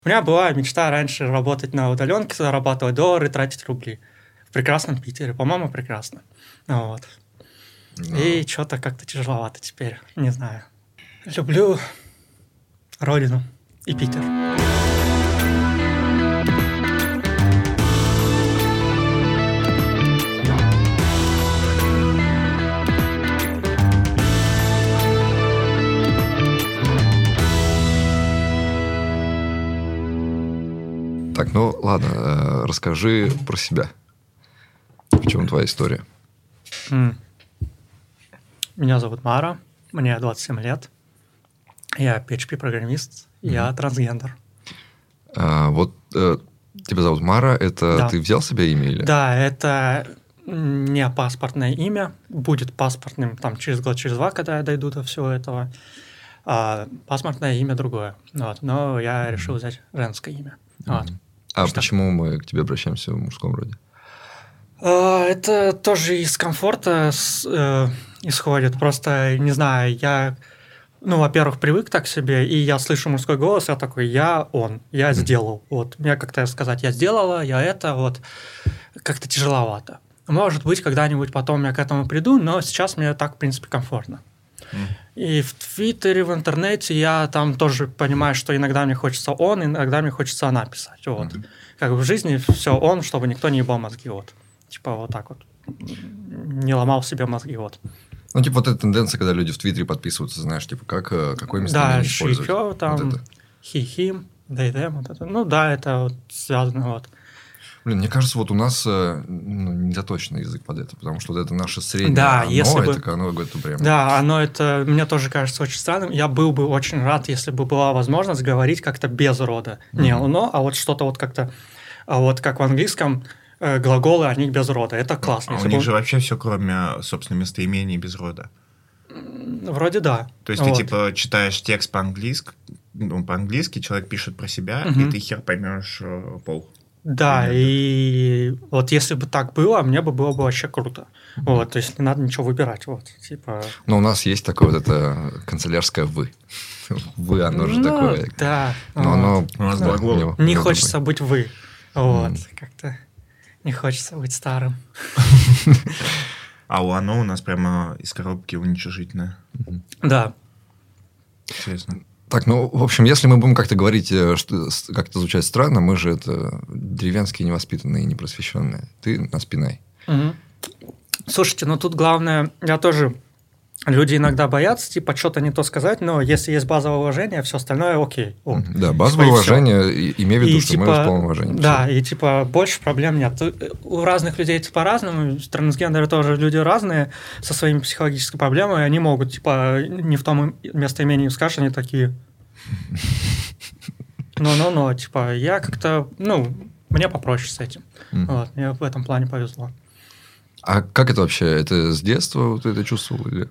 У меня была мечта раньше работать на удаленке, зарабатывать доллары, тратить рубли. В прекрасном Питере, по-моему, прекрасно. Вот. И что-то как-то тяжеловато теперь, не знаю. Люблю родину и Питер. Так, ну ладно, расскажи про себя. В чем твоя история? Меня зовут Мара, мне 27 лет. Я PHP-программист, я трансгендер. Вот тебя зовут Мара, это Да. Ты взял себе имя или? Да, это не паспортное имя, будет паспортным там через год, через два, когда я дойду до всего этого. А паспортное имя другое. Вот. Но я решил взять женское имя. Вот. А почему мы к тебе обращаемся в мужском роде? Это тоже из комфорта исходит. Просто, не знаю, я, во-первых, привык так к себе, и я слышу мужской голос, я такой, я сделал. Вот. Мне как-то сказать, я сделала, я это, вот, как-то тяжеловато. Может быть, когда-нибудь потом я к этому приду, но сейчас мне так, в принципе, комфортно. И в Твиттере, в интернете я там тоже понимаю, что иногда мне хочется он, иногда мне хочется она писать. Вот. Как бы в жизни все он, чтобы никто не ебал мозги. Вот. Типа вот так вот. Не ломал себе мозги. Вот. Ну, типа вот эта тенденция, когда люди в Твиттере подписываются, знаешь, типа какое местоимение использовать. Да, she, там, вот это. he, him, they, them. Вот это. Ну да, это вот связано. Вот. Блин, мне кажется, вот у нас не заточенный язык под это, потому что вот это наше среднее да, оно, если бы, это оно говорит прямо. Да, оно это, мне тоже кажется очень странным. Я был бы очень рад, если бы была возможность говорить как-то без рода. Не оно, а вот что-то вот как-то, вот как в английском, глаголы, они без рода. Это классно. А у них же вообще все, кроме, собственно, местоимений без рода. Вроде да. То есть ты типа читаешь текст по-английски, человек пишет про себя, и ты хер поймешь пол. Да, и вот если бы так было, мне бы было бы вообще круто. Вот, то есть не надо ничего выбирать. Вот, типа... Но у нас есть такое вот это канцелярское «вы». «Вы», оно же такое. Да. Но оно... У нас глагол. Не хочется быть «вы». Вот, как-то не хочется быть старым. А оно у нас прямо из коробки уничижительное. Да. Интересно. Так, ну, в общем, если мы будем как-то говорить, что как-то звучать странно, мы же это деревенские, невоспитанные, непросвещенные. Ты нас пинай. Слушайте, ну тут главное, я тоже... Люди иногда боятся, типа, что-то не то сказать, но если есть базовое уважение, все остальное окей. Вот. Да, базовое уважение, имея в виду, что мы с полным уважением. Да, и типа больше проблем нет. У разных людей это по-разному, трансгендеры тоже люди разные, со своими психологическими проблемами, они могут, типа, не в том местоимении скажешь, они такие... Ну, типа, я как-то, мне попроще с этим. Вот, мне в этом плане повезло. А как это вообще? Это с детства вот это чувствовал или...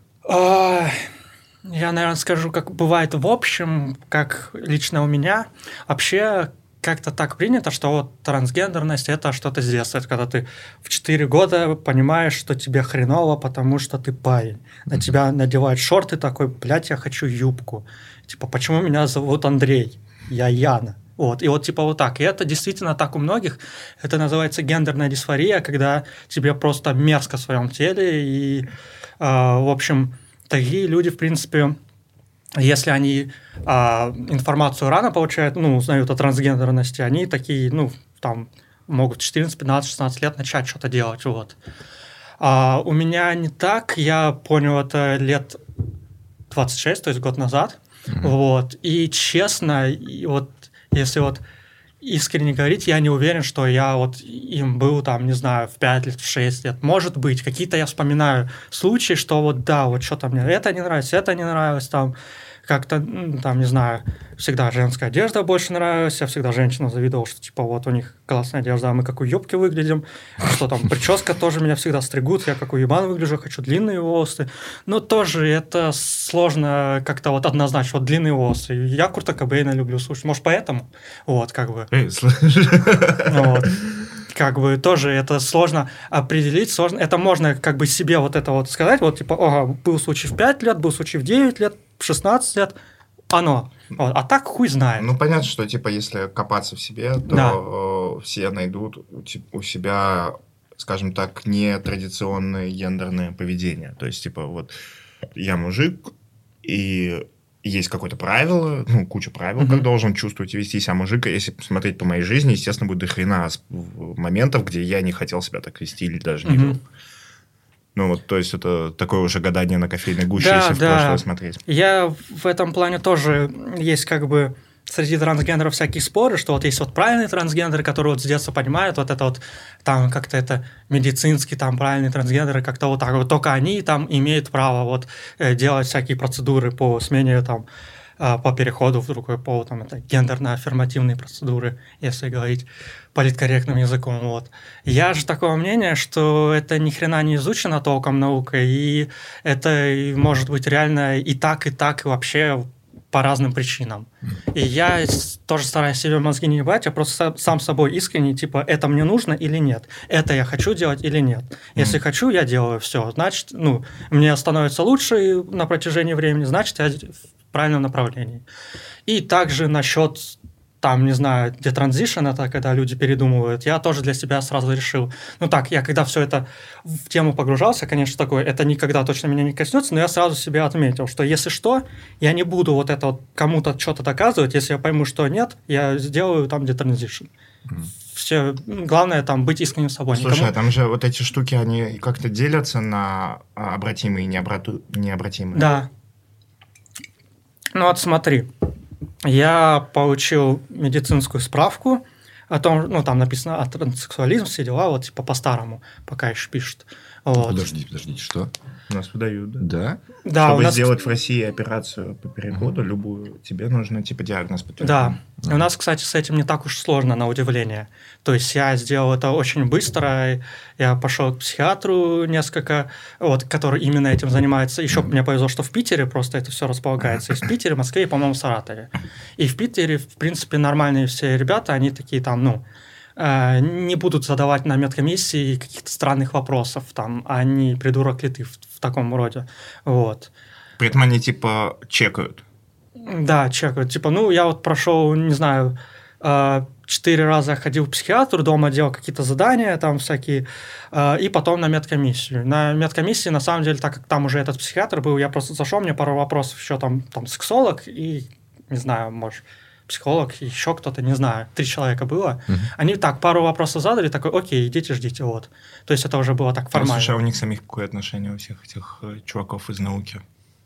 Я, наверное, скажу, как бывает в общем, как лично у меня. Вообще как-то так принято, что вот трансгендерность – это что-то с детства. Это когда ты в 4 года понимаешь, что тебе хреново, потому что ты парень. На тебя надевают шорты такой, блядь, я хочу юбку. Типа, почему меня зовут Андрей? Я Яна. Вот. И вот типа вот так. И это действительно так у многих. Это называется гендерная дисфория, когда тебе просто мерзко в своем теле. И, в общем, такие люди, в принципе, если они информацию рано получают, узнают о трансгендерности, они такие, там, могут в 14, 15, 16 лет начать что-то делать. Вот. У меня не так. Я понял это лет 26, то есть год назад. Вот. И честно, вот если вот искренне говорить, я не уверен, что я вот им был, там, не знаю, в 5 лет, в 6 лет. Может быть, какие-то я вспоминаю случаи, что вот да, вот что-то мне это не нравилось, там, как-то, там, не знаю, всегда женская одежда больше нравилась, я всегда женщинам завидовал, что типа вот у них классная одежда, а мы как у ёбки выглядим, что там прическа тоже меня всегда стригут, я как у ебана выгляжу, хочу длинные волосы, но тоже это сложно как-то вот однозначно, вот длинные волосы, я Курта Кобейна люблю слушать, может поэтому, вот, как бы. Вот. Как бы тоже это сложно определить, сложно. Это можно как бы себе вот это вот сказать, вот типа, был случай в 5 лет, был случай в 9 лет, в 16 лет, оно. Вот. А так хуй знает. Ну, понятно, что, типа, если копаться в себе, то все найдут у себя, скажем так, нетрадиционное гендерное поведение. То есть, типа, вот я мужик, и есть какое-то правило, ну, куча правил, как должен чувствовать и вести себя мужик. Если посмотреть по моей жизни, естественно, будет дохрена моментов, где я не хотел себя так вести или даже не вел. Ну, вот, то есть, это такое уже гадание на кофейной гуще, если в прошлое смотреть. Я в этом плане тоже есть как бы среди трансгендеров всякие споры, что вот есть вот правильные трансгендеры, которые вот с детства понимают вот это вот, там как-то это медицинские там правильные трансгендеры, как-то вот так вот, только они там имеют право вот делать всякие процедуры по смене там, по переходу в другой пол, там это гендерно-аффирмативные процедуры, если говорить политкорректным языком, вот. Я же такого мнения, что это ни хрена не изучено толком наукой, и это может быть реально и так, и вообще по разным причинам. И я тоже стараюсь себе мозги не ебать, я просто сам собой искренне, типа, это мне нужно или нет? Это я хочу делать или нет? Если хочу, я делаю все. Значит, ну, мне становится лучше на протяжении времени, значит, я в правильном направлении. И также насчет там, не знаю, детранзишн, это когда люди передумывают, я тоже для себя сразу решил. Ну так, я когда все это в тему погружался, конечно, такое, это никогда точно меня не коснется, но я сразу себе отметил, что если что, я не буду вот это вот кому-то что-то доказывать, если я пойму, что нет, я сделаю там детранзишн. Все, главное там быть искренним собой. Слушай, а там же вот эти штуки, они как-то делятся на обратимые и необратимые? Да. Ну вот смотри, я получил медицинскую справку о том, ну, там написано о транссексуализме, все дела, вот, типа, по-старому, пока еще пишут. Вот. Подождите, что? У нас выдают, да? Да? Да, чтобы у нас... сделать в России операцию по переходу, любую, тебе нужно, типа, диагноз подтвердить. Да. У нас, кстати, с этим не так уж сложно, на удивление. То есть я сделал это очень быстро. Я пошел к психиатру несколько, вот, который именно этим занимается. Еще мне повезло, что в Питере просто это все располагается. И в Питере, в Москве и, по-моему, в Саратове. И в Питере, в принципе, нормальные все ребята, они такие там, ну, не будут задавать на медкомиссии каких-то странных вопросов, там, а не придурок ли ты в таком роде. Вот. При этом они, типа, чекают. Да, чекают. Типа, ну, я вот прошел, не знаю, 4 раза ходил к психиатру, дома делал какие-то задания там всякие, и потом на медкомиссию. На медкомиссии, на самом деле, так как там уже этот психиатр был, я просто зашел, мне пару вопросов еще там сексолог и, не знаю, может, психолог, еще кто-то, не знаю, 3 человека было. Они так пару вопросов задали, такой, окей, идите, ждите, вот. То есть это уже было так формально. Слушай, а у них самих какое отношение у всех этих чуваков из науки?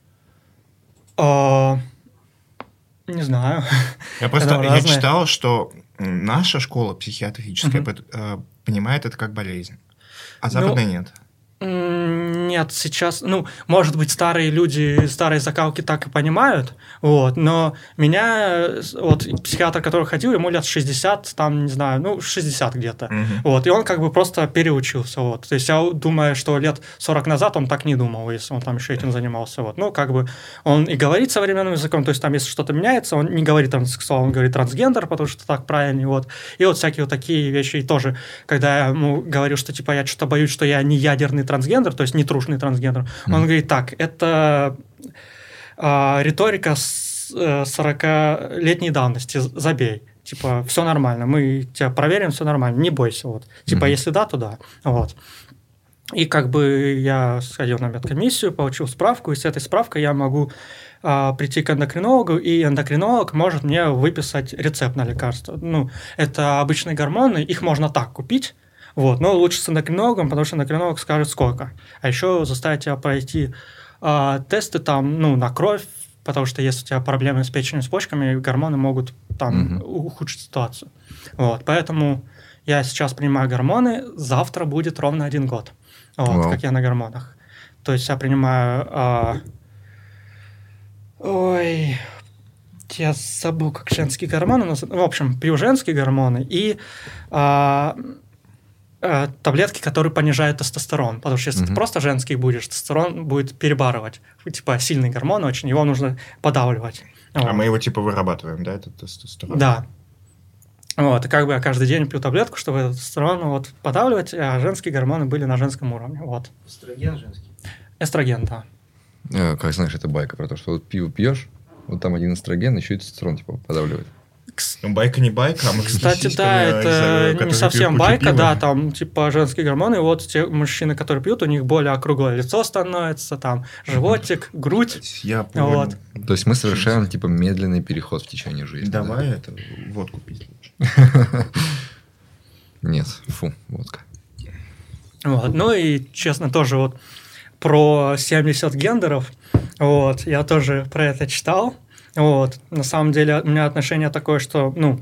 Не знаю. Я читал, что наша школа психиатрическая понимает это как болезнь, а западная нет. Нет, сейчас, ну, может быть, старые люди, старые закалки так и понимают, вот, но меня, вот, психиатр, который ходил, ему лет 60, там, не знаю, ну, 60 где-то, вот, и он как бы просто переучился, вот, то есть я думаю, что лет 40 назад он так не думал, если он там еще этим занимался, вот, ну, как бы он и говорит современным языком, то есть там, если что-то меняется, он не говорит транссексуал, он говорит трансгендер, потому что так правильнее, вот, и вот всякие вот такие вещи, и тоже, когда я ему говорю, что, типа, я что-то боюсь, что я не ядерный трансгендер, то есть не трушный трансгендер. Он говорит, так, это риторика с 40-летней давности, забей. Типа, все нормально, мы тебя проверим, все нормально, не бойся. Вот. Типа, если да, то да. Вот. И как бы я сходил на медкомиссию, получил справку, и с этой справкой я могу прийти к эндокринологу, и эндокринолог может мне выписать рецепт на лекарство. Ну, это обычные гормоны, их можно так купить, вот, но лучше с эндокринологом, потому что эндокринолог скажет сколько. А еще заставить тебя пройти тесты там, ну, на кровь, потому что если у тебя проблемы с печенью, с почками, гормоны могут там ухудшить ситуацию. Вот, поэтому я сейчас принимаю гормоны, завтра будет ровно 1 год, вот, как я на гормонах. То есть я принимаю... я забыл, как женские гормоны называются. В общем, пью женские гормоны и... таблетки, которые понижают тестостерон. Потому что если ты просто женский будешь, тестостерон будет перебарывать. Типа сильный гормон очень, его нужно подавливать. А мы его типа вырабатываем, да, этот тестостерон? Да. Вот, и как бы я каждый день пью таблетку, чтобы этот тестостерон вот подавливать, а женские гормоны были на женском уровне. Вот. Эстроген женский? Эстроген, да. Как знаешь, это байка про то, что вот пиво пьешь, Вот там один эстроген, еще и тестостерон типа подавливает. Байка не байка, а мы Кстати, да, это не совсем байка, да, там типа женские гормоны, вот те мужчины, которые пьют, у них более округлое лицо становится, там животик, грудь. Я понял. Вот. То есть мы совершаем типа медленный переход в течение жизни. Давай да? это водку пить лучше. Нет, фу, водка. Вот. Ну и, честно, тоже вот про 70 гендеров, вот, я тоже про это читал. Вот, на самом деле у меня отношение такое, что, ну,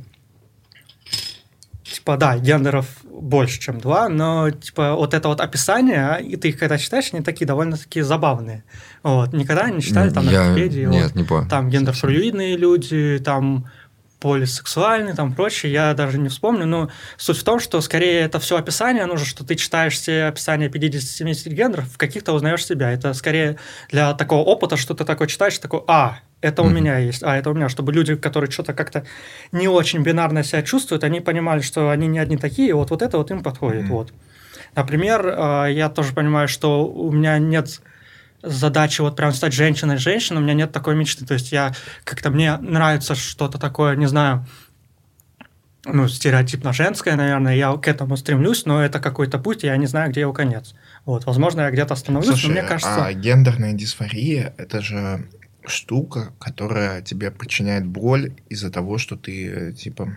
типа, да, гендеров больше, чем 2, но, типа, вот это вот описание, и ты их когда читаешь, они такие довольно-таки забавные. Вот, никогда не читали там на Википедии? Нет, вот, не понял. Там гендерфлюидные люди, там полисексуальные, там прочее, я даже не вспомню, но суть в том, что скорее это все описание, нужно, что ты читаешь все описания 50-70 гендеров, в каких-то узнаешь себя. Это скорее для такого опыта, что ты такой читаешь, такой, это у меня есть, это у меня, чтобы люди, которые что-то как-то не очень бинарно себя чувствуют, они понимали, что они не одни такие, вот это вот им подходит. Вот. Например, я тоже понимаю, что у меня нет задачи вот прям стать женщиной, у меня нет такой мечты, то есть я как-то, мне нравится что-то такое, не знаю, ну, стереотипно женское, наверное, я к этому стремлюсь, но это какой-то путь, и я не знаю, где его конец. Вот, возможно, я где-то остановлюсь, Слушай, но мне кажется... а гендерная дисфория – это же штука, которая тебе причиняет боль из-за того, что ты, типа...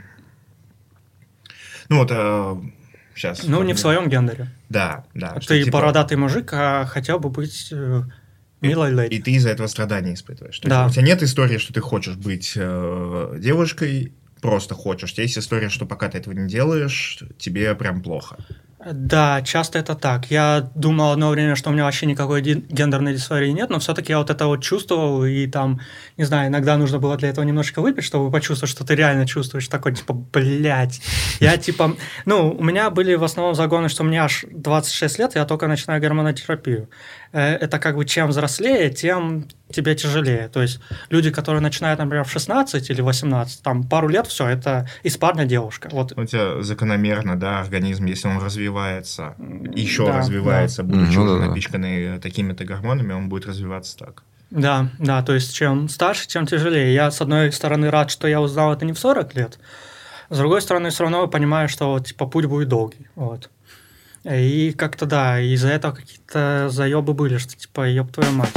Ну, вот сейчас... Ну, не в своем гендере. Да. Ты что, типа, бородатый мужик, а хотел бы быть милой леди. И ты из-за этого страдания испытываешь. То да. есть у тебя нет истории, что ты хочешь быть девушкой, просто хочешь. У тебя есть история, что пока ты этого не делаешь, тебе прям плохо. Да, часто это так. Я думал одно время, что у меня вообще никакой гендерной дисфории нет, но все-таки я вот это вот чувствовал, и там, не знаю, иногда нужно было для этого немножко выпить, чтобы почувствовать, что ты реально чувствуешь. Такой, типа, блядь. Я, типа, ну, у меня были в основном загоны, что мне аж 26 лет, я только начинаю гормонотерапию. Это как бы чем взрослее, тем тебе тяжелее. То есть люди, которые начинают, например, в 16 или 18, там пару лет, все, это из парня девушка. Вот. У тебя закономерно, да, организм, если он развивается, еще да, развивается, да. будучи уже напичканный такими-то гормонами, он будет развиваться так. Да, то есть чем старше, тем тяжелее. Я, с одной стороны, рад, что я узнал это не в 40 лет, с другой стороны, все равно понимаю, что, типа, путь будет долгий. Вот. И как-то, да, из-за этого какие-то заебы были, что, типа, ёб твою мать.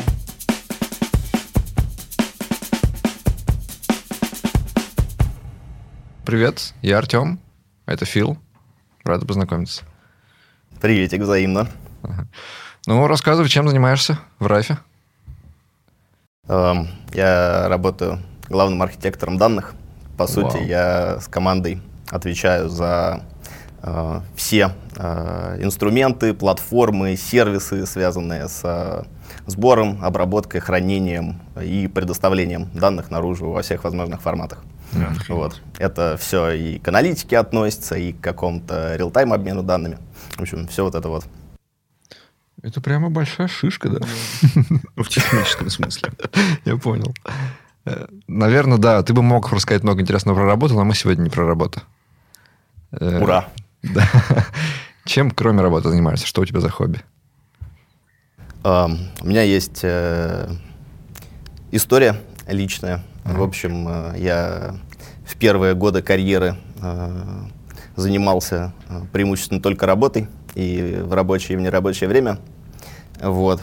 Привет, я Артём, это Фил. Рад познакомиться. Приветик, взаимно. Ага. Ну, рассказывай, чем занимаешься в РАФе? Я работаю главным архитектором данных. По сути, я с командой отвечаю за все инструменты, платформы, сервисы, связанные с сбором, обработкой, хранением и предоставлением данных наружу во всех возможных форматах. Вот. Это все и к аналитике относится, и к какому-то реал-тайм обмену данными. В общем, все вот это вот. Это прямо большая шишка, да? В техническом смысле. Я понял. Наверное, да, ты бы мог рассказать много интересного про работу, но мы сегодня не про работу. Ура! Да. Чем, кроме работы, занимаешься? Что у тебя за хобби? У меня есть история личная. В общем, я в первые годы карьеры занимался преимущественно только работой, и в рабочее, и в нерабочее время. Вот.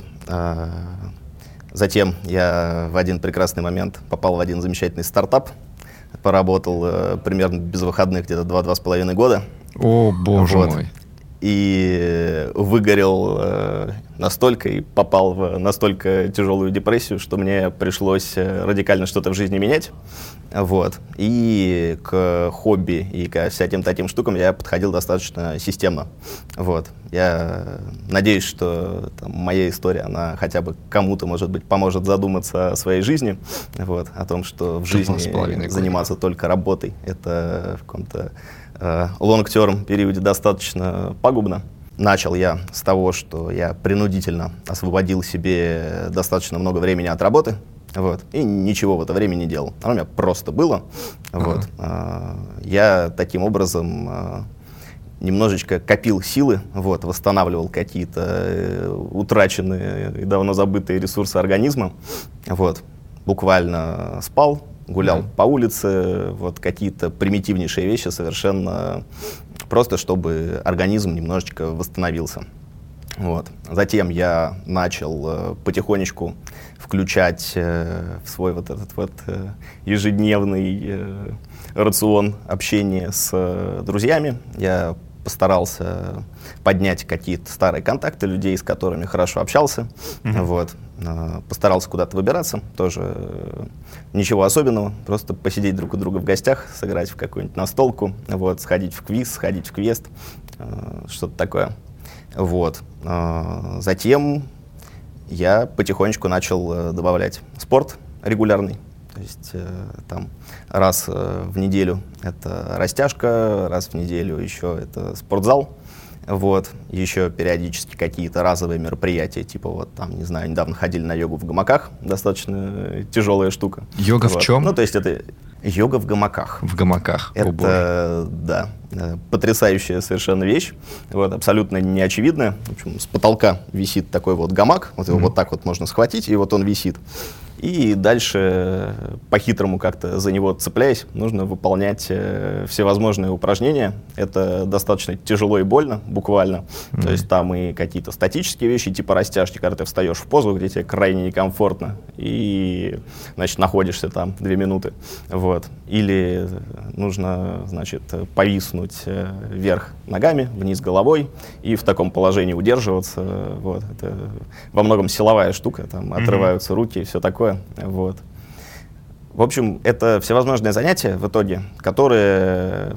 Затем я в один прекрасный момент попал в один замечательный стартап, поработал примерно без выходных где-то 2-2,5 года. О, боже мой. И выгорел настолько и попал в настолько тяжелую депрессию, что мне пришлось радикально что-то в жизни менять. Вот. И к хобби и ко всяким таким штукам я подходил достаточно системно. Вот. Я надеюсь, что моя история, она хотя бы кому-то, может быть, поможет задуматься о своей жизни, вот, о том, что в жизни заниматься только работой — это в каком-то long-term периоде достаточно пагубно. Начал я с того, что я принудительно освободил себе достаточно много времени от работы, вот, и ничего в это время не делал. Оно у меня просто было. Вот. Я таким образом немножечко копил силы, вот, восстанавливал какие-то утраченные и давно забытые ресурсы организма. Вот. буквально спал, гулял по улице, вот какие-то примитивнейшие вещи совершенно просто, чтобы организм немножечко восстановился. Вот. Затем я начал потихонечку включать в свой вот этот вот ежедневный рацион общения с друзьями. Я постарался поднять какие-то старые контакты людей, с которыми хорошо общался. Вот. Постарался куда-то выбираться, тоже ничего особенного, просто посидеть друг у друга в гостях, сыграть в какую-нибудь настолку, вот, сходить в квиз, сходить в квест, что-то такое. Вот. Затем я потихонечку начал добавлять спорт регулярный. То есть там раз в неделю это растяжка, раз в неделю еще это спортзал. Вот. Еще периодически какие-то разовые мероприятия, типа вот там, не знаю, недавно ходили на йогу в гамаках, достаточно тяжелая штука. Йога вот. в чем? Ну, то есть это йога в гамаках. В гамаках. Это, да, потрясающая совершенно вещь, вот, абсолютно неочевидная. В общем, с потолка висит такой вот гамак, вот его вот так вот можно схватить, и вот он висит. И дальше, по-хитрому как-то за него цепляясь, нужно выполнять всевозможные упражнения. Это достаточно тяжело и больно, буквально. То есть там и какие-то статические вещи, типа растяжки, когда ты встаешь в позу, где тебе крайне некомфортно, и, значит, находишься там 2 минуты. Вот. Или нужно, значит, повиснуть вверх ногами, вниз головой, и в таком положении удерживаться. Вот. Это во многом силовая штука, там отрываются руки и все такое. Вот. В общем, это всевозможные занятия в итоге, которые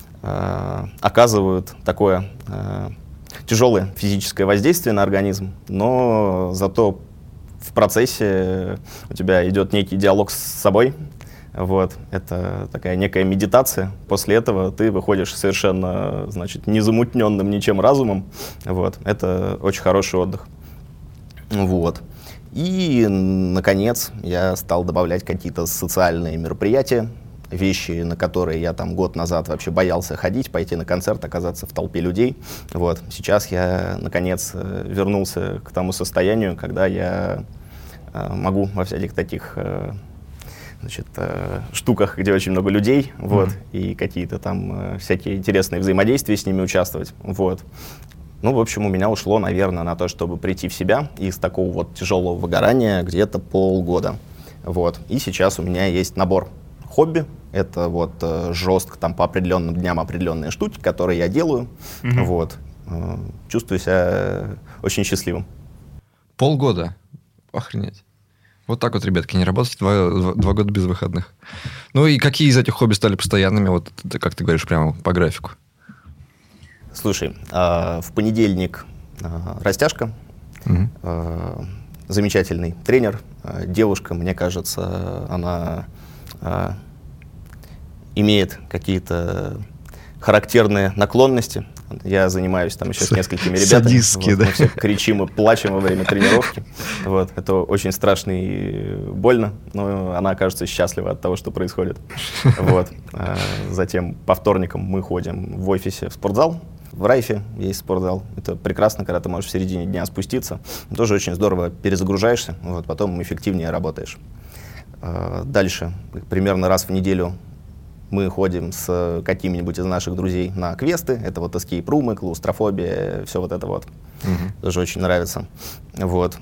оказывают такое тяжелое физическое воздействие на организм, но зато в процессе у тебя идет некий диалог с собой. Вот. Это такая некая медитация. После этого ты выходишь совершенно, значит, незамутненным ничем разумом. Вот. Это очень хороший отдых. Вот. И, наконец, я стал добавлять какие-то социальные мероприятия, вещи, на которые я там год назад вообще боялся ходить, пойти на концерт, оказаться в толпе людей. Вот. Сейчас я, наконец, вернулся к тому состоянию, когда я могу во всяких таких значит, штуках, где очень много людей, вот, и какие-то там всякие интересные взаимодействия с ними участвовать. Вот. Ну, в общем, у меня ушло, наверное, на то, чтобы прийти в себя из такого вот тяжелого выгорания где-то полгода. Вот. И сейчас у меня есть набор хобби. Это вот жестко там по определенным дням определенные штуки, которые я делаю. Вот. Чувствую себя очень счастливым. Полгода? Охренеть. Вот так вот, ребятки, не работать 2 года без выходных. Ну и какие из этих хобби стали постоянными? Вот как ты говоришь, прямо по графику. Слушай, в понедельник растяжка, замечательный тренер, девушка, мне кажется, она имеет какие-то характерные наклонности. Я занимаюсь там еще с несколькими ребятами. Садистские, вот, да? мы все кричим и плачем во время тренировки. Вот, это очень страшно и больно, но она, кажется, счастлива от того, что происходит. Вот. Затем по вторникам мы ходим в офисе в спортзал. В Райфе есть спортзал. Это прекрасно, когда ты можешь в середине дня спуститься. Тоже очень здорово перезагружаешься, вот, потом эффективнее работаешь. Дальше, примерно раз в неделю мы ходим с какими-нибудь из наших друзей на квесты. Это вот эскейп-румы, клаустрофобия, все вот это вот. Тоже очень нравится. Вот.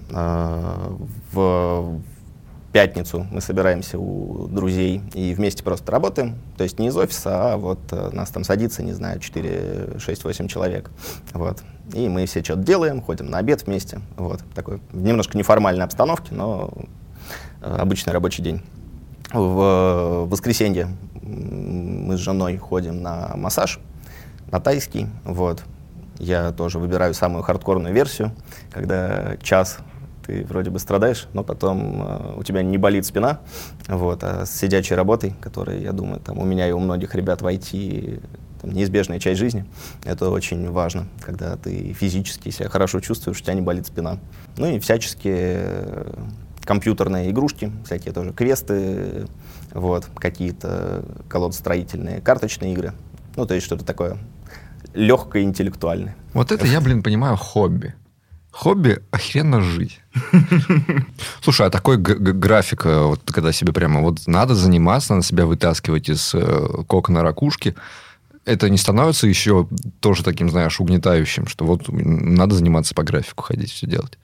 В пятницу мы собираемся у друзей и вместе просто работаем. То есть не из офиса, а вот нас там садится, не знаю, 4, 6, 8 человек. Вот. И мы все что-то делаем, ходим на обед вместе. Вот. Такой в немножко неформальной обстановке, но обычный рабочий день. В воскресенье мы с женой ходим на массаж, на тайский. Вот. Я тоже выбираю самую хардкорную версию, когда час ты вроде бы страдаешь, но потом у тебя не болит спина. Вот. А с сидячей работой, которая, я думаю, там, у меня и у многих ребят в IT там, неизбежная часть жизни, это очень важно, когда ты физически себя хорошо чувствуешь, у тебя не болит спина. Ну и всяческие компьютерные игрушки, всякие тоже квесты, вот, какие-то колодостроительные карточные игры. Ну, то есть что-то такое легкое, интеллектуальное. Вот это я, понимаю хобби. Хобби – охеренно жить. Слушай, а такой график, вот когда себе прямо вот надо заниматься, надо себя вытаскивать из кокона ракушки, это не становится еще тоже таким, знаешь, угнетающим, что вот надо заниматься по графику, ходить, все делать?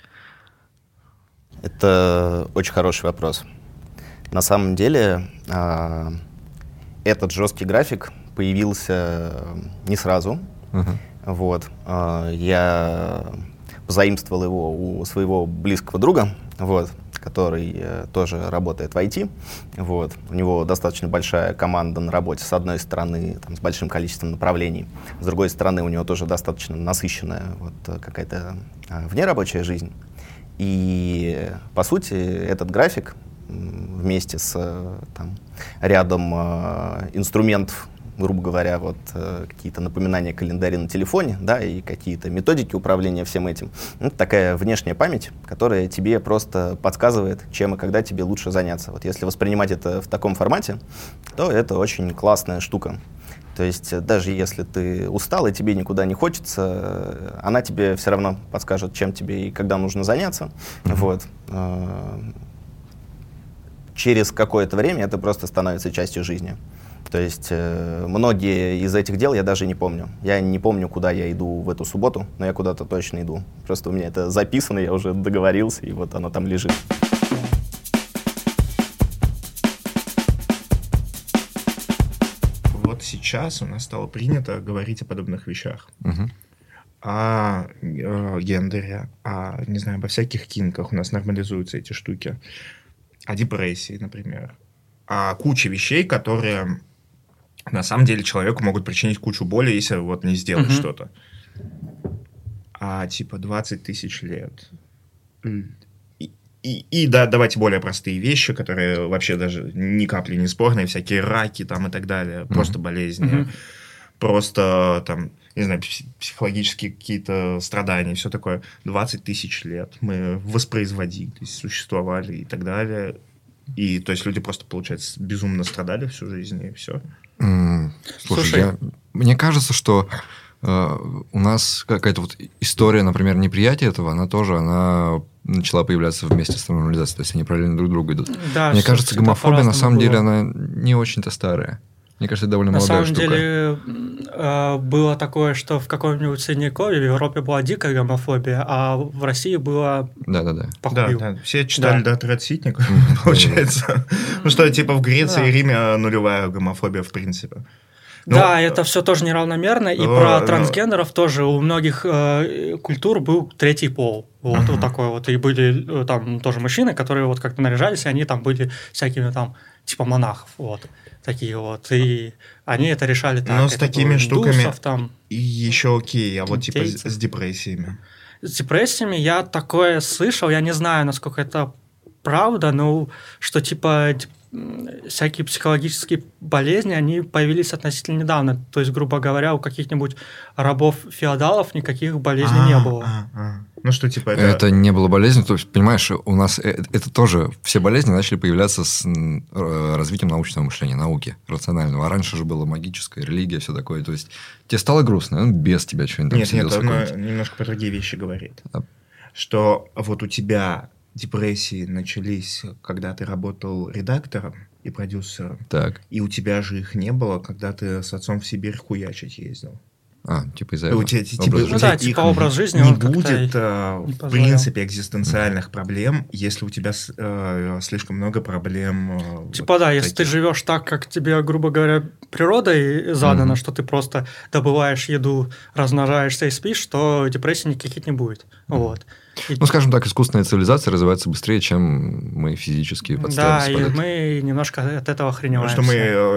Это очень хороший вопрос. На самом деле, этот жесткий график появился не сразу. Вот. Я позаимствовал его у своего близкого друга, вот, который тоже работает в IT. Вот. У него достаточно большая команда на работе, с одной стороны, там, с большим количеством направлений, с другой стороны, у него тоже достаточно насыщенная вот, какая-то внерабочая жизнь. И, по сути, этот график вместе с там, рядом инструментов, грубо говоря, вот какие-то напоминания, календари на телефоне, да, и какие-то методики управления всем этим. Это такая внешняя память, которая тебе просто подсказывает, чем и когда тебе лучше заняться. Вот если воспринимать это в таком формате, то это очень классная штука. То есть даже если ты устал и тебе никуда не хочется, она тебе все равно подскажет, чем тебе и когда нужно заняться. Вот. Через какое-то время это просто становится частью жизни. То есть многие из этих дел я даже не помню. Я не помню, куда я иду в эту субботу, но я куда-то точно иду. Просто у меня это записано, я уже договорился, и вот оно там лежит. Вот сейчас у нас стало принято говорить о подобных вещах. О гендере, не знаю, обо всяких кинках у нас нормализуются эти штуки. О депрессии, например. О куче вещей, которые на самом деле человеку могут причинить кучу боли, если вот не сделать что-то. Типа 20 тысяч лет. И да, давайте более простые вещи, которые вообще даже ни капли не спорные, всякие раки там и так далее, просто болезни, просто там, не знаю, психологические какие-то страдания, все такое. 20 тысяч лет мы воспроизводили, существовали и так далее. И то есть люди просто, получается, безумно страдали всю жизнь, и все. Слушай, мне кажется, что у нас какая-то вот история, например, неприятия этого, она начала появляться вместе с нормализацией. То есть они параллельно друг другу идут. Да, мне кажется, гомофобия, на самом деле, она не очень-то старая. Мне кажется, это довольно молодая штука. На самом деле, было такое, что в каком-нибудь Средневековье в Европе была дикая гомофобия, а в России была похую. Да. Все читали Тред Ситника, получается. Ну что, типа в Греции и Риме нулевая гомофобия, в принципе. Да, это все тоже неравномерно. И про трансгендеров тоже у многих культур был третий пол. Вот такой вот. И были там тоже мужчины, которые вот как-то наряжались, и они там были всякими там типа монахов. Вот. Такие вот. И они это решали так. Но с такими штуками там, и еще окей. А вот типа с депрессиями? С депрессиями я такое слышал. Я не знаю, насколько это правда, но что типа всякие психологические болезни, они появились относительно недавно. То есть, грубо говоря, у каких-нибудь рабов-феодалов никаких болезней не было. Ну что, типа это не было болезнью. То есть, понимаешь, у нас это тоже... Все болезни начали появляться с развитием научного мышления, науки рационального. А раньше же было магическое, религия, все такое. То есть, тебе стало грустно, без тебя что-нибудь там сиделся. Нет, оно немножко про другие вещи говорит. Что вот у тебя... депрессии начались, когда ты работал редактором и продюсером. Так. И у тебя же их не было, когда ты с отцом в Сибирь хуячить ездил. Типа из-за этого. Образ жизни не будет, в принципе, экзистенциальных проблем, если у тебя слишком много проблем. Если ты живешь так, как тебе, грубо говоря, природой задано, что ты просто добываешь еду, размножаешься и спишь, то депрессии никаких не будет. Вот. Скажем так, искусственная цивилизация развивается быстрее, чем мы физически подстраиваемся. Да, и мы немножко от этого охреневаем. Потому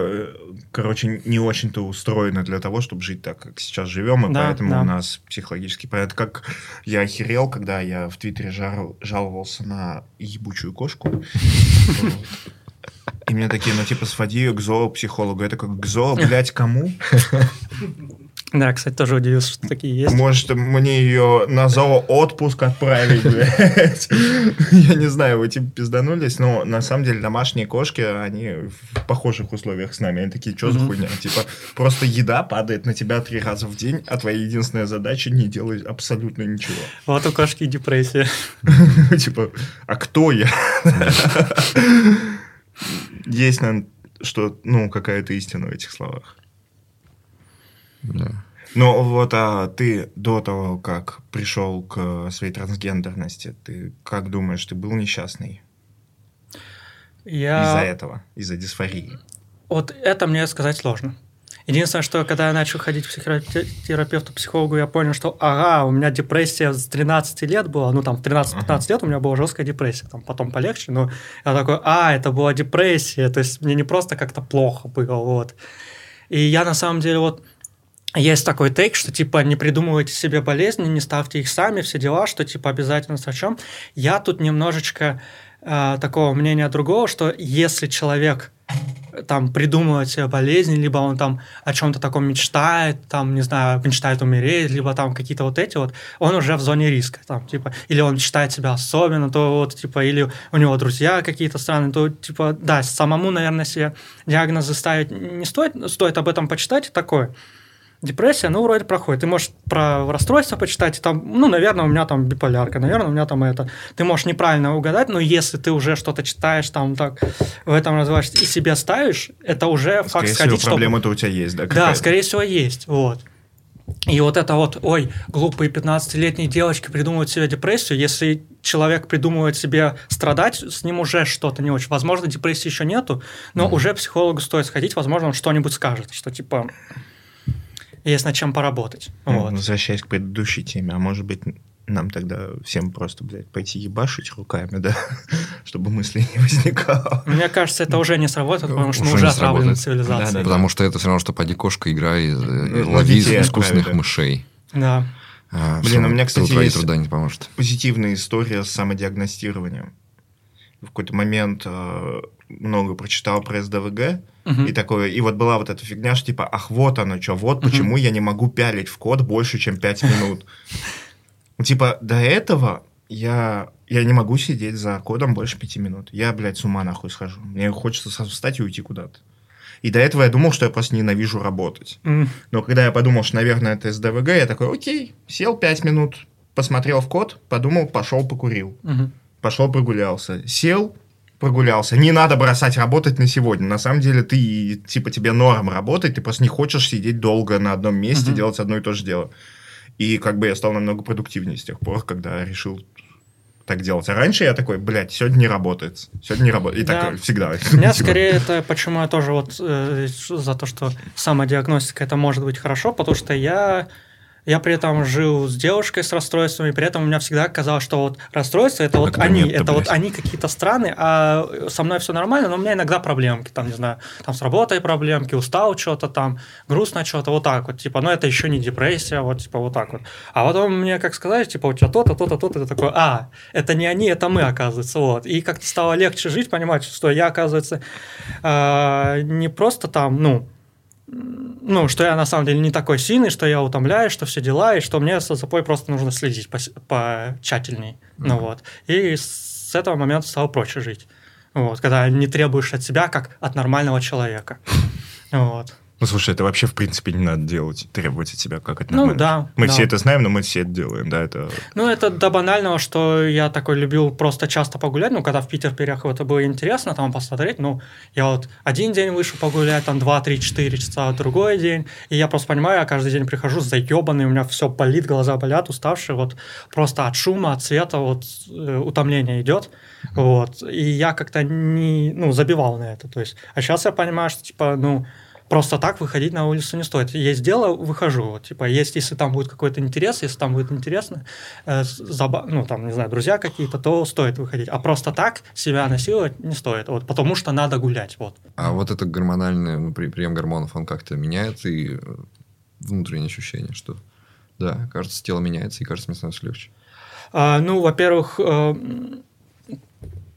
что мы, не очень-то устроены для того, чтобы жить так, как сейчас живем, и поэтому у нас психологический порядок. Как я охерел, когда я в Твиттере жаловался на ебучую кошку. И мне такие, своди ее к зоопсихологу. Я такой, к зоо, блядь, кому? Да, кстати, тоже удивился, что такие есть. Может, мне ее на зооотпуск отправить, блядь. Я не знаю, вы типа пизданулись, но на самом деле домашние кошки, они в похожих условиях с нами. Они такие, что за хуйня? Типа, просто еда падает на тебя 3 раза в день, а твоя единственная задача не делать абсолютно ничего. Вот у кошки депрессия. Типа, а кто я? Есть, наверное, что, какая-то истина в этих словах. Да. Ну вот, а ты до того, как пришел к своей трансгендерности, ты как думаешь, ты был несчастный из-за этого, из-за дисфории? Вот это мне сказать сложно. Единственное, что когда я начал ходить к психотерапевту, психологу, я понял, что у меня депрессия с 13 лет была, в 13-15 лет у меня была жесткая депрессия, потом полегче, но я такой, это была депрессия, то есть мне не просто как-то плохо было, вот. И я на самом деле есть такой тейк, что, не придумывайте себе болезни, не ставьте их сами, все дела, что, обязательно с врачом. Я тут немножечко такого мнения другого, что если человек придумывает себе болезни, либо он о чем-то таком мечтает, мечтает умереть, либо какие-то он уже в зоне риска, или он считает себя особенным, то или у него друзья какие-то странные, то, да, самому, наверное, себе диагнозы ставить не стоит об этом почитать и такое. Депрессия, вроде проходит. Ты можешь про расстройство почитать, и наверное, у меня биполярка, наверное, у меня это. Ты можешь неправильно угадать, но если ты уже что-то читаешь, в этом развиваешься и себе ставишь, это уже факт сходить. Скорее всего, проблема-то у тебя есть, да? Да, скорее всего, есть, вот. И глупые 15-летние девочки придумывают себе депрессию. Если человек придумывает себе страдать, с ним уже что-то не очень. Возможно, депрессии еще нету, но уже к психологу стоит сходить, возможно, он что-нибудь скажет, что есть над чем поработать. Возвращаясь к предыдущей теме, а может быть, нам тогда всем просто, пойти ебашить руками, да, чтобы мыслей не возникало. Мне кажется, это уже не сработает, потому что мы уже отравлены цивилизацией. Да. Потому что это все равно, что поди кошка, играй, лови искусственных мышей. Да. У меня, кстати, есть труда не поможет. Позитивная история с самодиагностированием. В какой-то момент много прочитал про СДВГ, и такое, и была эта фигня, что вот оно что, почему я не могу пялить в код больше, чем 5 минут. До этого я не могу сидеть за кодом больше 5 минут. Я, с ума нахуй схожу. Мне хочется сразу встать и уйти куда-то. И до этого я думал, что я просто ненавижу работать. Но когда я подумал, что, наверное, это СДВГ, я такой, окей, сел 5 минут, посмотрел в код, подумал, пошел покурил. Пошел прогулялся. Сел, прогулялся. Не надо бросать работать на сегодня. На самом деле, ты, тебе норм работать, ты просто не хочешь сидеть долго на одном месте, делать одно и то же дело. И я стал намного продуктивнее с тех пор, когда решил так делать. А раньше я такой, сегодня не работает. Сегодня не работает. И так всегда. У меня скорее это, почему я тоже за то, что самодиагностика это может быть хорошо, потому что я при этом жил с девушкой с расстройствами, при этом у меня всегда казалось, что расстройства это они какие-то странные, а со мной все нормально, но у меня иногда проблемки, с работой проблемки, устал что-то грустно что-то, но это еще не депрессия, так вот. А потом мне как сказали, у тебя то-то, то-то, то-то, это такое, это не они, это мы, оказывается, И как-то стало легче жить, понимать, что я, оказывается, не просто что я на самом деле не такой сильный, что я утомляюсь, что все дела, и что мне за собой просто нужно следить потщательней. И с этого момента стало проще жить. Когда не требуешь от себя, как от нормального человека. Слушай, это вообще, в принципе, не надо делать, требовать от себя, как это нормально. Да. Мы все это знаем, но мы все это делаем, да, это... это до банального, что я такой любил просто часто погулять, когда в Питер переехал, это было интересно, посмотреть, я один день вышел погулять, 2, 3, 4 часа, другой день, и я просто понимаю, я каждый день прихожу заебанный, у меня все болит, глаза болят, уставшие, просто от шума, от света, утомление идет, и я как-то не забивал на это, а сейчас я понимаю, что, просто так выходить на улицу не стоит. Есть дело, выхожу. Если там будет какой-то интерес, если там будет интересно, друзья какие-то, то стоит выходить. А просто так себя насиловать не стоит, потому что надо гулять. А это гормональный прием гормонов, он как-то меняет и внутреннее ощущение, что да, кажется, тело меняется, и кажется, мне становится легче. Во-первых,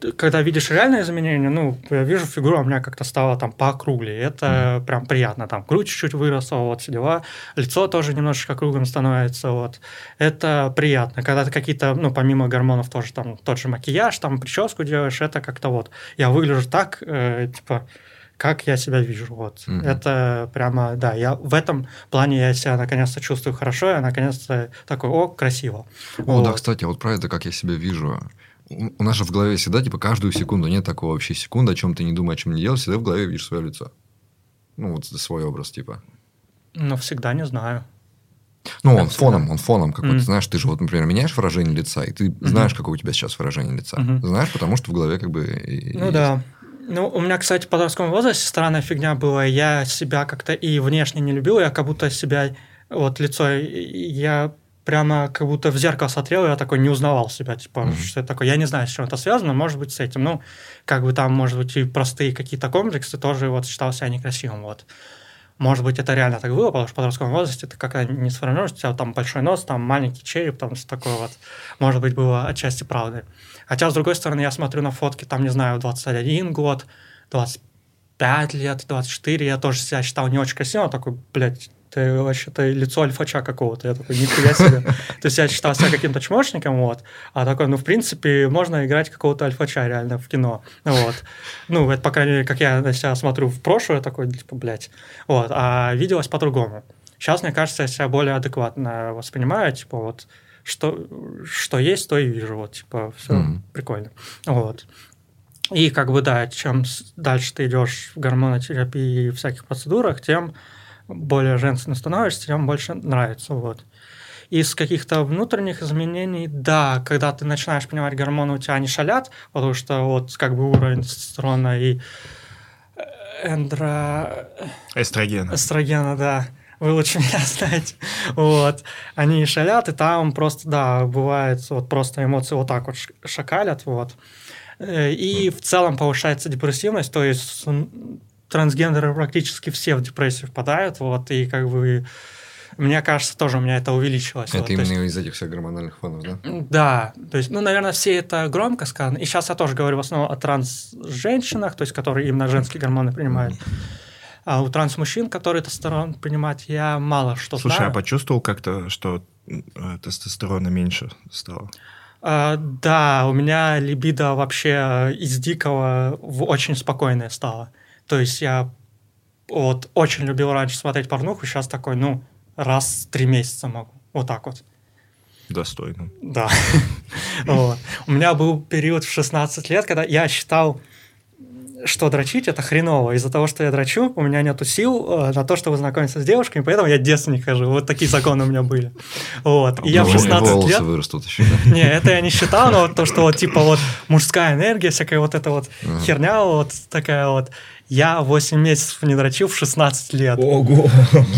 когда видишь реальные изменения, ну, я вижу, фигура у меня как-то стала там поокруглее. Это прям приятно. Там грудь чуть-чуть выросла, вот, все дела. Лицо тоже немножечко круглым становится, вот. Это приятно. Когда ты какие-то, ну, помимо гормонов тоже там тот же макияж, там прическу делаешь, это как-то вот. Я выгляжу так, типа, как я себя вижу, вот. Это прямо, да, я в этом плане я себя наконец-то чувствую хорошо, я наконец-то такой, о, красиво. О, вот. да, кстати, вот про это, как я себя вижу. У нас же в голове всегда, типа, каждую секунду, нет такого вообще секунды, о чем ты не думаешь, о чем не делаешь, всегда в голове видишь свое лицо. Ну, вот свой образ, типа. Ну, всегда не знаю. Ну, он фоном какой-то, знаешь, ты же вот, например, меняешь выражение лица, и ты знаешь, какое у тебя сейчас выражение лица. Знаешь, потому что в голове как бы... Ну, да. Ну, у меня, кстати, в подростковом возрасте странная фигня была. Я себя как-то и внешне не любил, я как будто себя, вот лицо, я прямо как будто в зеркало смотрел, и я такой не узнавал себя, типа, что это такое. Я не знаю, с чем это связано, может быть, с этим. Ну, как бы там, может быть, и простые какие-то комплексы, тоже вот считал себя некрасивым, вот. Может быть, это реально так было, потому что в подростковом возрасте ты как-то не сформируешь, у тебя там большой нос, там маленький череп, там все такое вот. Может быть, было отчасти правдой. Хотя, с другой стороны, я смотрю на фотки, там, не знаю, 21 год, 25 лет, 24, я тоже себя считал не очень красивым, такой, блядь, ты вообще-то лицо альфача какого-то. Я такой, нихуя себе. То есть я считал себя каким-то чмошником, вот. А такой, ну, в принципе, можно играть какого-то альфача реально в кино. Вот. Ну, это, по крайней мере, как я на себя смотрю в прошлое, такой, типа, блядь. Вот. А виделось по-другому. Сейчас, мне кажется, я себя более адекватно воспринимаю, типа, вот, что есть, то и вижу. Вот, типа, все прикольно. Вот. И как бы, да, чем дальше ты идешь в гормонотерапии и всяких процедурах, тем более женственно становишься, тем больше нравится. Вот. Из каких-то внутренних изменений, да, когда ты начинаешь понимать, гормоны у тебя не шалят, потому что вот как бы уровень тестостерона и эстрогена, да, вы лучше меня знаете, вот, они шалят, и там просто, да, бывает, вот просто эмоции вот так вот шакалят, вот, и в целом повышается депрессивность, то есть трансгендеры практически все в депрессию впадают, вот, и как бы, мне кажется, тоже у меня это увеличилось. Это вот, именно есть, из этих всех гормональных фонов, да? Да, то есть, ну, наверное, все это громко сказано, и сейчас я тоже говорю в основном о транс-женщинах, то есть, которые именно женские гормоны принимают, а у транс-мужчин, которые тестостерон принимают, я мало что знаю. Слушай, а почувствовал как-то, что тестостерона меньше стало? Да, у меня либидо вообще из дикого в очень спокойное стало. То есть я вот очень любил раньше смотреть порнуху, сейчас такой, ну, раз в 3 месяца могу. Вот так вот. Достойно. Да. У меня был период в 16 лет, когда я считал, что дрочить – это хреново. Из-за того, что я дрочу, у меня нету сил на то, чтобы знакомиться с девушками, поэтому я девственник хожу. Вот такие законы у меня были. Вот. И я в 16 волосы лет... вырастут еще, да? Не, это я не считал, но вот то, что вот типа вот мужская энергия, всякая вот эта вот херня вот такая вот. Я 8 месяцев не дрочил в 16 лет. Ого!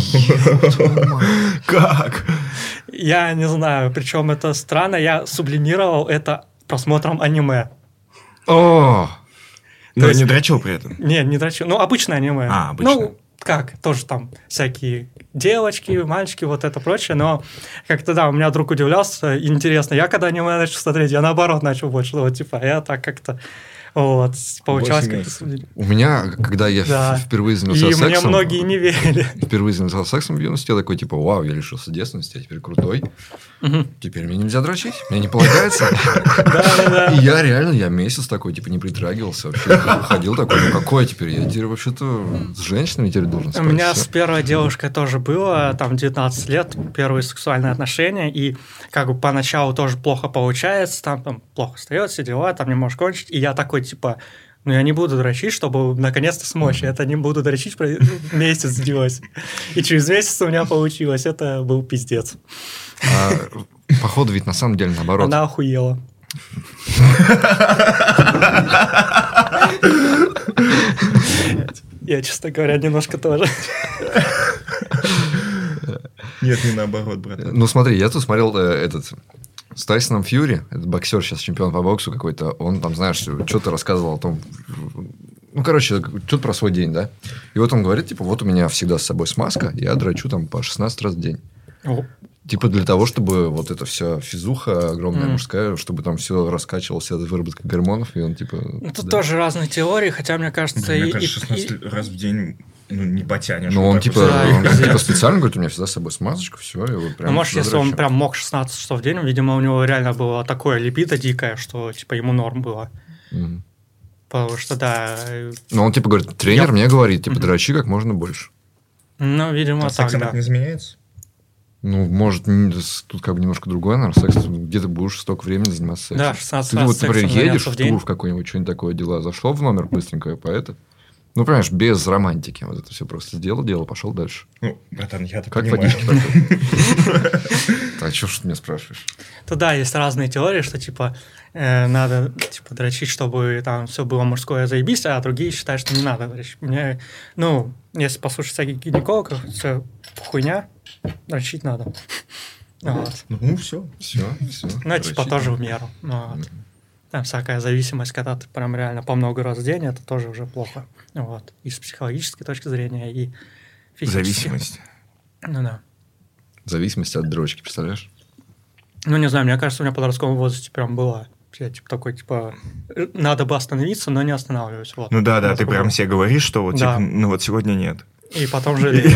Как? Я не знаю, причем это странно, я сублимировал это просмотром аниме. О! Но не дрочил при этом? Не дрочил. Ну, обычное аниме. Обычное. Ну, как, тоже там всякие девочки, мальчики, вот это прочее, но как-то, да, у меня друг удивлялся, интересно, я когда аниме начал смотреть, я наоборот начал больше, вот, типа, я так как-то, вот, получалось как-то... У меня, когда я впервые занялся сексом... И мне многие не верили. Впервые занялся сексом в юности, я такой, типа, вау, я лишился девственности, я теперь крутой. Теперь мне нельзя дрочить, мне не полагается. Да. И я месяц такой, типа, не притрагивался вообще. Ходил такой, ну какой теперь? Я теперь вообще-то с женщинами теперь должен спать. У меня с первой девушкой тоже было, там, 19 лет, первые сексуальные отношения, и как бы поначалу тоже плохо получается, там плохо остается, все дела, там не можешь кончить, и я такой, типа, ну я не буду дрочить, чтобы наконец-то смочь, это не буду дрочить, месяц делать. И через месяц у меня получилось, это был пиздец. Походу ведь на самом деле наоборот. Она охуела. Я, честно говоря, немножко тоже. Нет, не наоборот, брат. Ну смотри, я тут смотрел с Тайсоном Фьюри, этот боксер сейчас чемпион по боксу какой-то, он там, знаешь, что-то рассказывал о том, ну, короче, что-то про свой день, да. И вот он говорит, типа, вот у меня всегда с собой смазка, я дрочу там по 16 раз в день. Типа для того, чтобы вот эта вся физуха огромная мужская, чтобы там все раскачивалось от выработка гормонов, и он типа... Ну, тут тоже разные теории, хотя, мне кажется... Мне кажется, 16 раз в день не потянешь. Ну, вот он так типа, вот. специально говорит, у меня всегда с собой смазочка, все, и вот прям... Ну, может, если он прям мог 16 часов в день, видимо, у него реально было такое либидо дикое, что, типа, ему норм было. Потому что, да... Ну, он, типа, говорит, тренер мне говорит, типа, дрочи как можно больше. Ну, видимо, так, Сексом да. это не изменяется? Ну, может, тут как бы немножко другое, наверное, секс. Где ты будешь столько времени заниматься сексом? Да, 16 ты раз вот, например, сексом едешь заняться в в день. тур в какой-нибудь, что-нибудь такое дела, зашел в номер быстренько по это. Ну, понимаешь, без романтики. Вот это все просто сделал, пошел дальше. Ну, братан, я-то Как понимаю. водичка такой. А что ж ты меня спрашиваешь? То да, есть разные теории, что, типа, надо, типа, дрочить, чтобы там все было мужское, заебись, а другие считают, что не надо дрочить. Мне, ну, если послушать всяких гинекологов, все хуйня, дрочить надо. Вот. Ну, все. Все. Ну, типа, тоже в меру. Вот. Там всякая зависимость, когда ты прям реально по много раз в день, это тоже уже плохо. Вот. И с психологической точки зрения, и физически. Зависимость. Ну да. Зависимость от дрочки, представляешь? Ну, не знаю, мне кажется, у меня в подростковом возрасте прям была. Я типа такой, типа, надо бы остановиться, но не останавливаюсь. Вот. Ну да, ты прям себе говоришь, что вот, Да. типа, ну вот сегодня нет. И потом жалею.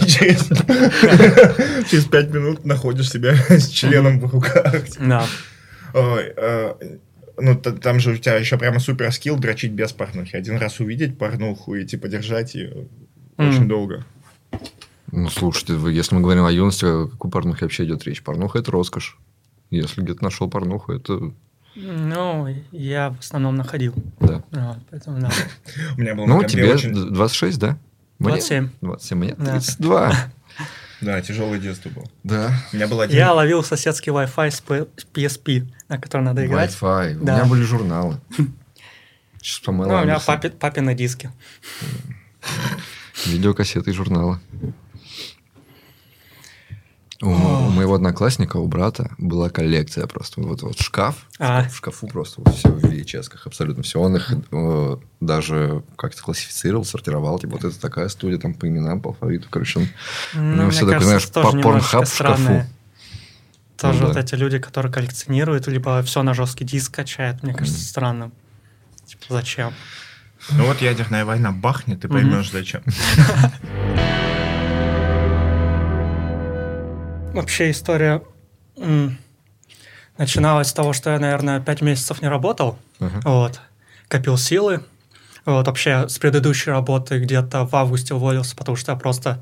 Через 5 минут находишь себя с членом в руках. Да. Ой, ну, там же у тебя еще прямо супер скилл дрочить без порнухи. Один раз увидеть порнуху и, типа, держать ее очень долго. Ну, слушайте, если мы говорим о юности, о какой порнухе вообще идет речь? Порнуха – это роскошь. Если где-то нашел порнуху, это... Ну, я в основном находил. Да. Вот, поэтому да. У меня был Ну, на компе тебе очень... 26, да? Мне? 27. 27, мне Да. 32. Да, тяжелое детство было. Да. У меня был один... Я ловил соседский Wi-Fi с PSP, на который надо играть. Wi-Fi. У Да. меня были журналы. Сейчас помыл. Ну, у меня папины диски. Видеокассеты и журналы. У моего одноклассника, у брата была коллекция просто. Вот шкаф. В шкафу просто вот все в VHS-ках, абсолютно все. Он их даже как-то классифицировал, сортировал. Типа, вот это такая студия, там по именам, по алфавиту. Короче, он... Ну, все мне такое, знаешь, кажется, тоже порнхаб в шкафу. странное. Тоже Ну, вот да. эти люди, которые коллекционируют, либо все на жесткий диск качают, мне кажется, странным. Типа, зачем? Ну вот ядерная война бахнет, ты поймешь, зачем. Вообще история начиналась с того, что я, наверное, 5 месяцев не работал. Вот. Копил силы. Вот. Вообще с предыдущей работы где-то в августе уволился, потому что я просто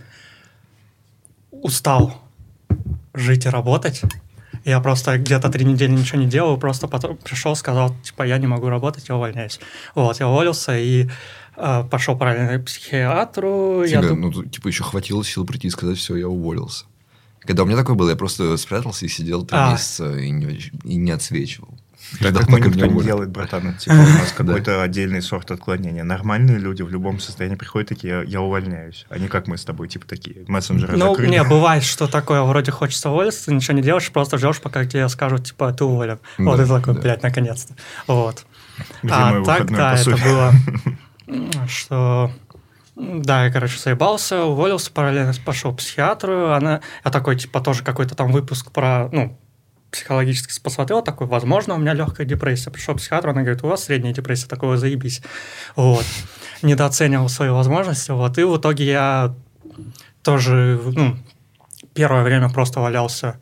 устал жить и работать. Я просто где-то 3 недели ничего не делал, просто потом пришел, сказал, типа, я не могу работать, я увольняюсь. Вот, я уволился и пошел параллельно к психиатру. Ну, типа, еще хватило сил прийти и сказать, все, я уволился. Когда у меня такое было, я просто спрятался и сидел 3 месяца и не отсвечивал. Так как никто не делает, братан. Типа, у нас какой-то отдельный сорт отклонения. Нормальные люди в любом состоянии приходят такие, я увольняюсь. А не как мы с тобой, типа такие мессенджеры Ну, закрыли. не, бывает, что такое, вроде хочется уволиться, ты ничего не делаешь, просто ждешь, пока тебе скажут, типа, ты уволен. Вот это такой, блядь, наконец-то. Вот. Где мой Так, выходной, да, по это сути? было, что... Да, я, короче, заебался, уволился, параллельно пошел к психиатру. Я такой, типа, тоже какой-то там выпуск про, психологически посмотрел, такой, возможно, у меня легкая депрессия. Пришел к психиатру, она говорит, у вас средняя депрессия, такого заебись. Вот. Недооценивал свои возможности, вот. И в итоге я тоже, первое время просто валялся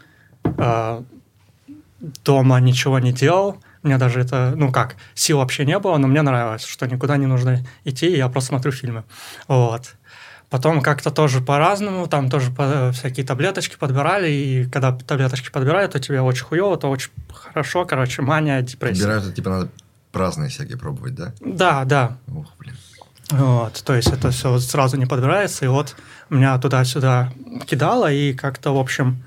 дома, ничего не делал. У меня даже это, сил вообще не было, но мне нравилось, что никуда не нужно идти, я просто смотрю фильмы. Вот. Потом как-то тоже по-разному, там тоже всякие таблеточки подбирали, и когда таблеточки подбирают, то тебе очень хуёво, то очень хорошо, короче, мания, депрессия. Подбирают, типа, надо разные всякие пробовать, да? Да, да. Ох, блин. Вот, то есть это все сразу не подбирается, и вот меня туда-сюда кидало, и как-то, в общем,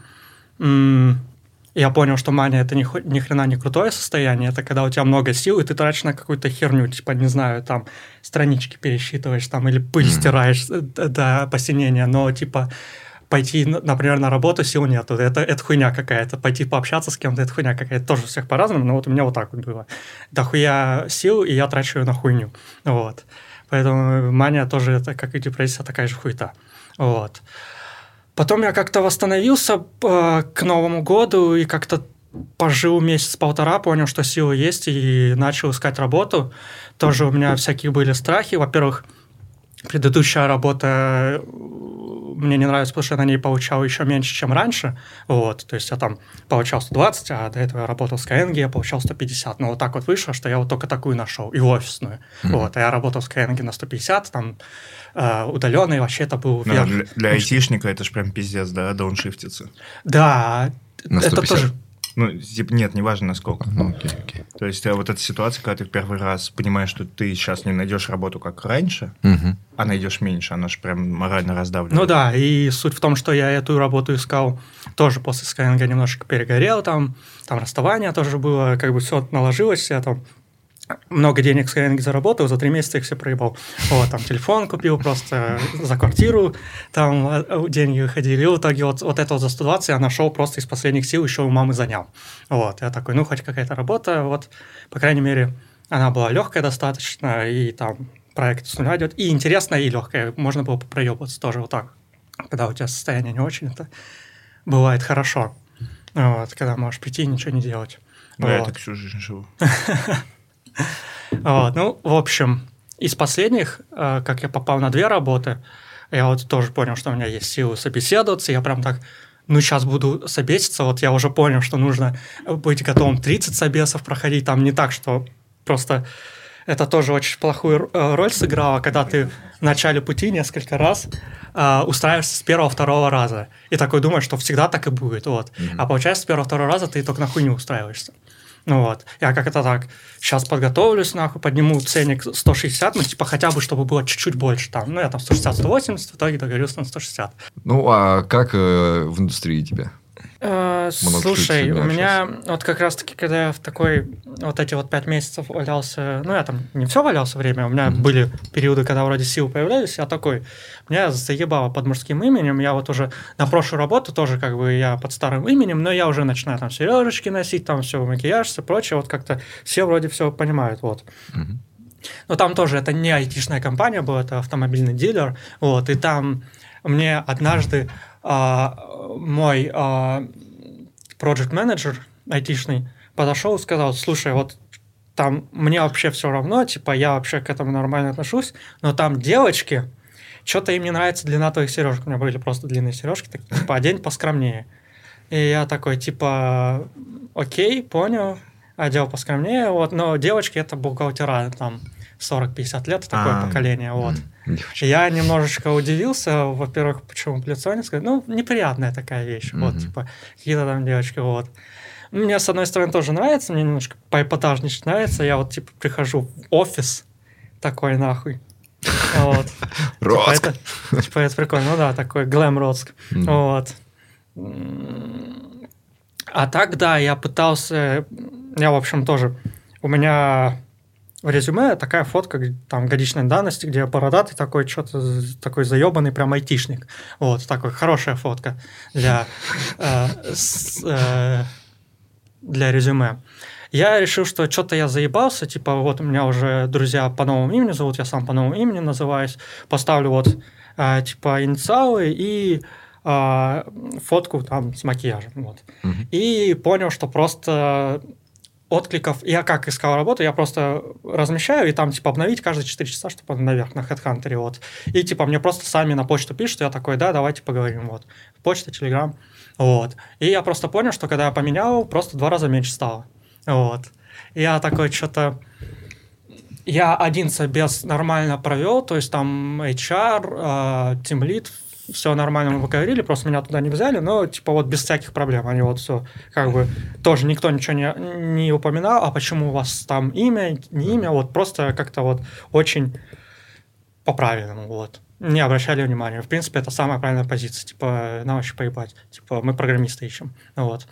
я понял, что мания – это ни хрена не крутое состояние, это когда у тебя много сил, и ты тратишь на какую-то херню, типа, не знаю, там, странички пересчитываешь, там, или пыль стираешь до посинения, но, типа, пойти, например, на работу сил нету, это хуйня какая-то, пойти пообщаться с кем-то, это хуйня какая-то, тоже у всех по-разному, но вот у меня вот так вот было. Дохуя сил, и я трачу ее на хуйню, вот. Поэтому мания тоже, это как и депрессия, такая же хуйта, вот. Потом я как-то восстановился к Новому году и как-то пожил месяц-полтора, понял, что силы есть, и начал искать работу. Тоже у меня всякие были страхи. Во-первых, предыдущая работа мне не нравится, потому что я на ней получал еще меньше, чем раньше. Вот. То есть я там получал 120, а до этого я работал в Skyeng, я получал 150. Но вот так вот вышло, что я вот только такую нашел, и офисную. Вот. А я работал в Skyeng на 150, там удаленный, вообще это был верх. Для айтишника это же прям пиздец, да, дауншифтиться. Да, на 150. это тоже... Ну, типа, нет, неважно насколько. Окей. То есть вот эта ситуация, когда ты в первый раз понимаешь, что ты сейчас не найдешь работу, как раньше, а найдешь меньше, она же прям морально раздавливает. Ну да, и суть в том, что я эту работу искал тоже после Skyeng, немножко перегорел, там расставание тоже было, как бы все наложилось, я там много денег в Skyeng заработал, за 3 месяца их все проебал. Вот, там телефон купил просто за квартиру, там деньги выходили. И в итоге вот это вот за 120 я нашел просто из последних сил, еще у мамы занял. Вот, я такой, ну, хоть какая-то работа, вот, по крайней мере, она была легкая достаточно, и там проект с нуля идет, и интересная, и легкая. Можно было проебываться тоже вот так. Когда у тебя состояние не очень, это бывает хорошо. Вот, когда можешь прийти и ничего не делать. Ну, я вот. так всю жизнь живу. Вот, ну, в общем, из последних, как я попал на 2 работы, я вот тоже понял, что у меня есть силы собеседоваться, я прям так, ну, сейчас буду собеситься, вот я уже понял, что нужно быть готовым 30 собесов проходить, там не так, что просто это тоже очень плохую роль сыграло, когда ты в начале пути несколько раз устраиваешься с 1-2 раза, и такой думаешь, что всегда так и будет, вот, а получается с 1-2 раза ты только на хуйню устраиваешься. Ну вот, я как это так, сейчас подготовлюсь, нахуй, подниму ценник 160, ну, типа, хотя бы, чтобы было чуть-чуть больше там. Ну, я там 160-180, в итоге договорился на 160. Ну, а как в индустрии тебя? Слушай, у меня вот как раз-таки, когда я в такой, вот эти вот 5 месяцев валялся, ну, я там не все валялся время, у меня были периоды, когда вроде силы появлялись, я такой, меня заебало под мужским именем, я вот уже на прошлую работу тоже как бы я под старым именем, но я уже начинаю там сережечки носить, там все, макияж, все прочее, вот как-то все вроде все понимают, вот. Но там тоже это не айтишная компания была, это автомобильный дилер, вот, и там мне однажды мой проект-менеджер айтишный подошел и сказал, слушай, вот там мне вообще все равно, типа я вообще к этому нормально отношусь, но там девочки, что-то им не нравится длина твоих сережек, у меня были просто длинные сережки, так, типа одень поскромнее. И я такой, типа, окей, понял, одел поскромнее, вот, но девочки это бухгалтера, там 40-50 лет, такое поколение, вот. Я немножечко удивился, во-первых, почему в лицо не сказать, ну, неприятная такая вещь, вот, типа, какие-то там девочки, вот. Мне, с одной стороны, тоже нравится, мне немножко поэпатажничать нравится, я вот, типа, прихожу в офис такой, нахуй, вот. Роцк. Типа, это прикольно, ну да, такой глэм-Роцк, вот. А так, да, я пытался, я, в общем, тоже, у меня... В резюме такая фотка, там, годичной давности, где бородатый такой, что-то такой заебанный прям айтишник. Вот, такой хорошая фотка для резюме. Я решил, что что-то я заебался, типа, вот у меня уже друзья по новому имени зовут, я сам по новому имени называюсь, поставлю вот, типа, инициалы и фотку там с макияжем, вот. И понял, что просто... откликов, я как искал работу, я просто размещаю, и там, типа, обновить каждые 4 часа, чтобы наверх, на HeadHunter, вот. И, типа, мне просто сами на почту пишут, я такой, да, давайте поговорим, вот. Почта, Telegram, вот. И я просто понял, что когда я поменял, просто 2 раза меньше стало, вот. И я такой, что-то... Я один собес нормально провел, то есть там HR, Team Lead, все нормально мы поговорили, просто меня туда не взяли, но, типа, вот без всяких проблем. Они вот все, как бы, тоже никто ничего не упоминал, а почему у вас там имя, не имя, вот просто как-то вот очень по-правильному, вот. Не обращали внимания. В принципе, это самая правильная позиция, типа, нам вообще поебать. Типа, мы программисты ищем, вот.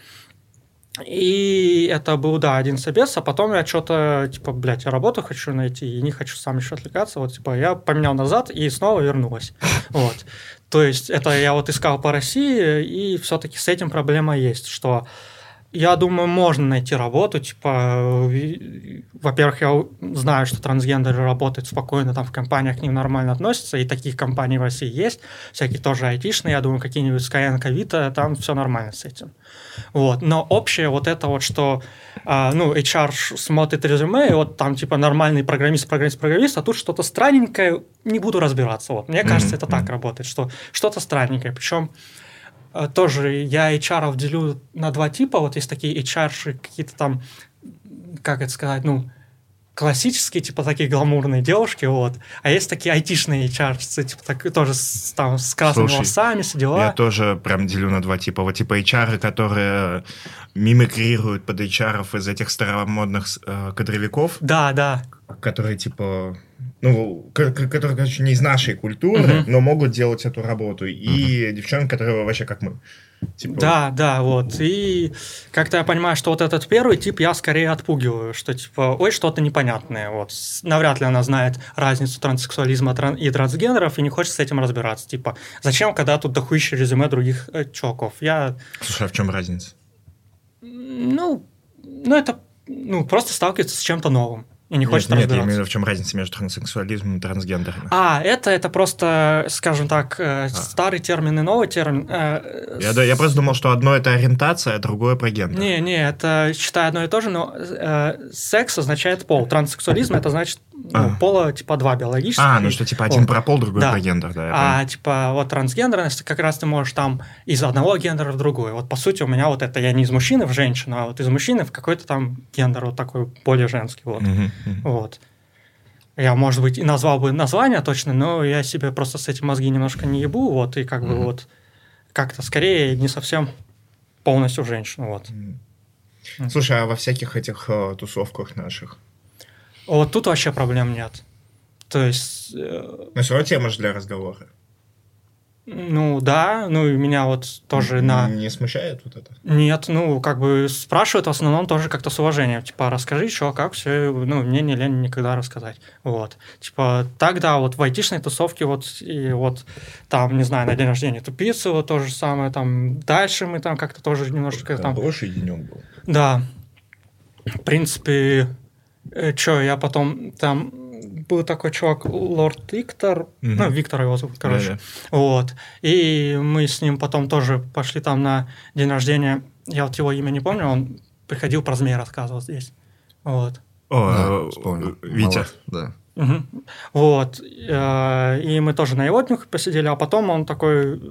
И это был, да, один собес, а потом я что-то, типа, блядь, я работу хочу найти и не хочу сам еще отвлекаться, вот, типа, я поменял назад и снова вернулась, вот. То есть это я вот искал по России, и все-таки с этим проблема есть, что я думаю, можно найти работу, типа, во-первых, я знаю, что трансгендеры работают спокойно, там в компаниях к ним нормально относятся, и таких компаний в России есть, всякие тоже айтишные, я думаю, какие-нибудь Skyeng, Авито, там все нормально с этим. Вот. Но общее вот это вот, что, HR смотрит резюме, и вот там, типа, нормальный программист, а тут что-то странненькое, не буду разбираться. Вот. Мне кажется, это так работает, что что-то странненькое, причем тоже я HR делю на два типа. Вот есть такие HR какие-то там, как это сказать, классические, типа такие гламурные девушки, вот. А есть такие айтишные HR, типа тоже там с красными волосами, все дела. Я тоже прям делю на два типа. Вот типа HR, которые мимикрируют под HR из этих старомодных кадровиков. Да. Которые типа... которые, короче, не из нашей культуры, но могут делать эту работу. И девчонки, которые вообще как мы. Типа... Да, вот. И как-то я понимаю, что вот этот первый тип я скорее отпугиваю, что типа, ой, что-то непонятное. Вот. Навряд ли она знает разницу транссексуализма и трансгендеров и не хочет с этим разбираться. Типа, зачем, когда тут дохуище резюме других чуваков? Слушай, а в чем разница? Это просто сталкивается с чем-то новым. И не хочет разбираться. Нет, я имею в виду, в чем разница между транссексуализмом и трансгендером. Это просто, скажем так, старый термин и новый термин. Я просто думал, что одно это ориентация, а другое про гендер. Не, это, считаю, одно и то же, но секс означает пол. Транссексуализм это значит пола типа два биологических. Что типа один про пол, другой про гендер, да. Типа вот трансгендерность, как раз ты можешь там из одного гендера в другой. Вот по сути у меня вот это, я не из мужчины в женщину, а вот из мужчины в какой-то там гендер вот такой более женский. Вот. Вот. Я, может быть, и назвал бы название точно, но я себе просто с этим мозги немножко не ебу, вот, и как бы вот как-то скорее не совсем полностью женщину, вот. Слушай, а во всяких этих тусовках наших? Вот тут вообще проблем нет. То есть... Но все равно тема же для разговора. Да, и меня вот тоже Не смущает вот это? Нет, спрашивают в основном тоже как-то с уважением. Типа, расскажи, что, как, все, мне не лень никогда рассказать. Вот. Типа, тогда вот в айтишной тусовке вот, и вот там, не знаю, на день рождения тупицы, вот то же самое, там, дальше мы там как-то тоже немножко там... Хороший денек был. Да. В принципе, я потом там... Был такой чувак, Лорд Виктор, Виктор его зовут, короче. Да. Вот. И мы с ним потом тоже пошли там на день рождения. Я вот его имя не помню, он приходил про змей рассказывал здесь. Вот. Вспомнил. Витя. Да. Угу. Вот. И мы тоже на его днюх посидели, а потом он такой...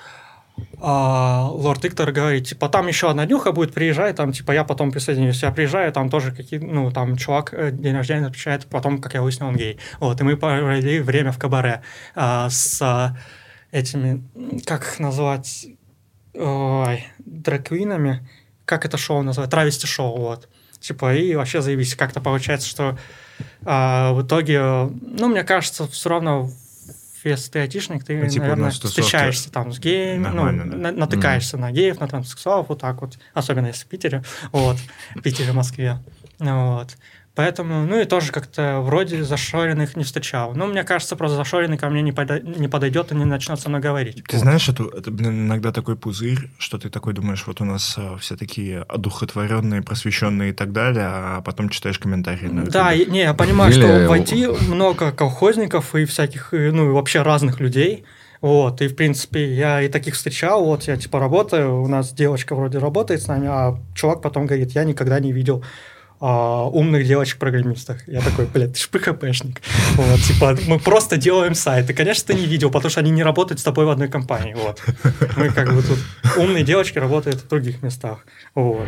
Лорд Виктор говорит, типа, там еще одна днюха будет, приезжай, там, типа, я потом присоединюсь. Я приезжаю, там тоже там чувак день рождения отмечает, потом, как я выяснил, он гей. Вот, и мы провели время в кабаре с этими, как их назвать, драг-квинами, как это шоу называют, травести-шоу, вот. Типа, и вообще заебись. Как-то получается, что в итоге, мне кажется, все равно если ты айтишник, ты, наверное, встречаешься там с геями, натыкаешься на геев, на транссексуалов, вот так вот, особенно если в Питере, вот, в Питере, Москве, вот. Поэтому, и тоже как-то вроде зашоренных не встречал. Мне кажется, просто зашоренный ко мне не подойдет и не начнет со мной говорить. Ты знаешь, это иногда такой пузырь, что ты такой думаешь, вот у нас все такие одухотворенные, просвещенные и так далее, а потом читаешь комментарии на YouTube. Да, я понимаю, что в IT много колхозников и всяких, вообще разных людей. Вот, и, в принципе, я и таких встречал, вот, я, типа, работаю, у нас девочка вроде работает с нами, а чувак потом говорит, я никогда не видел умных девочек-программистов. Я такой, блядь, ты ж ПХПшник. Вот, типа, мы просто делаем сайт. И, конечно, ты не видел, потому что они не работают с тобой в одной компании. Вот. Мы как бы тут умные девочки работают в других местах. Вот.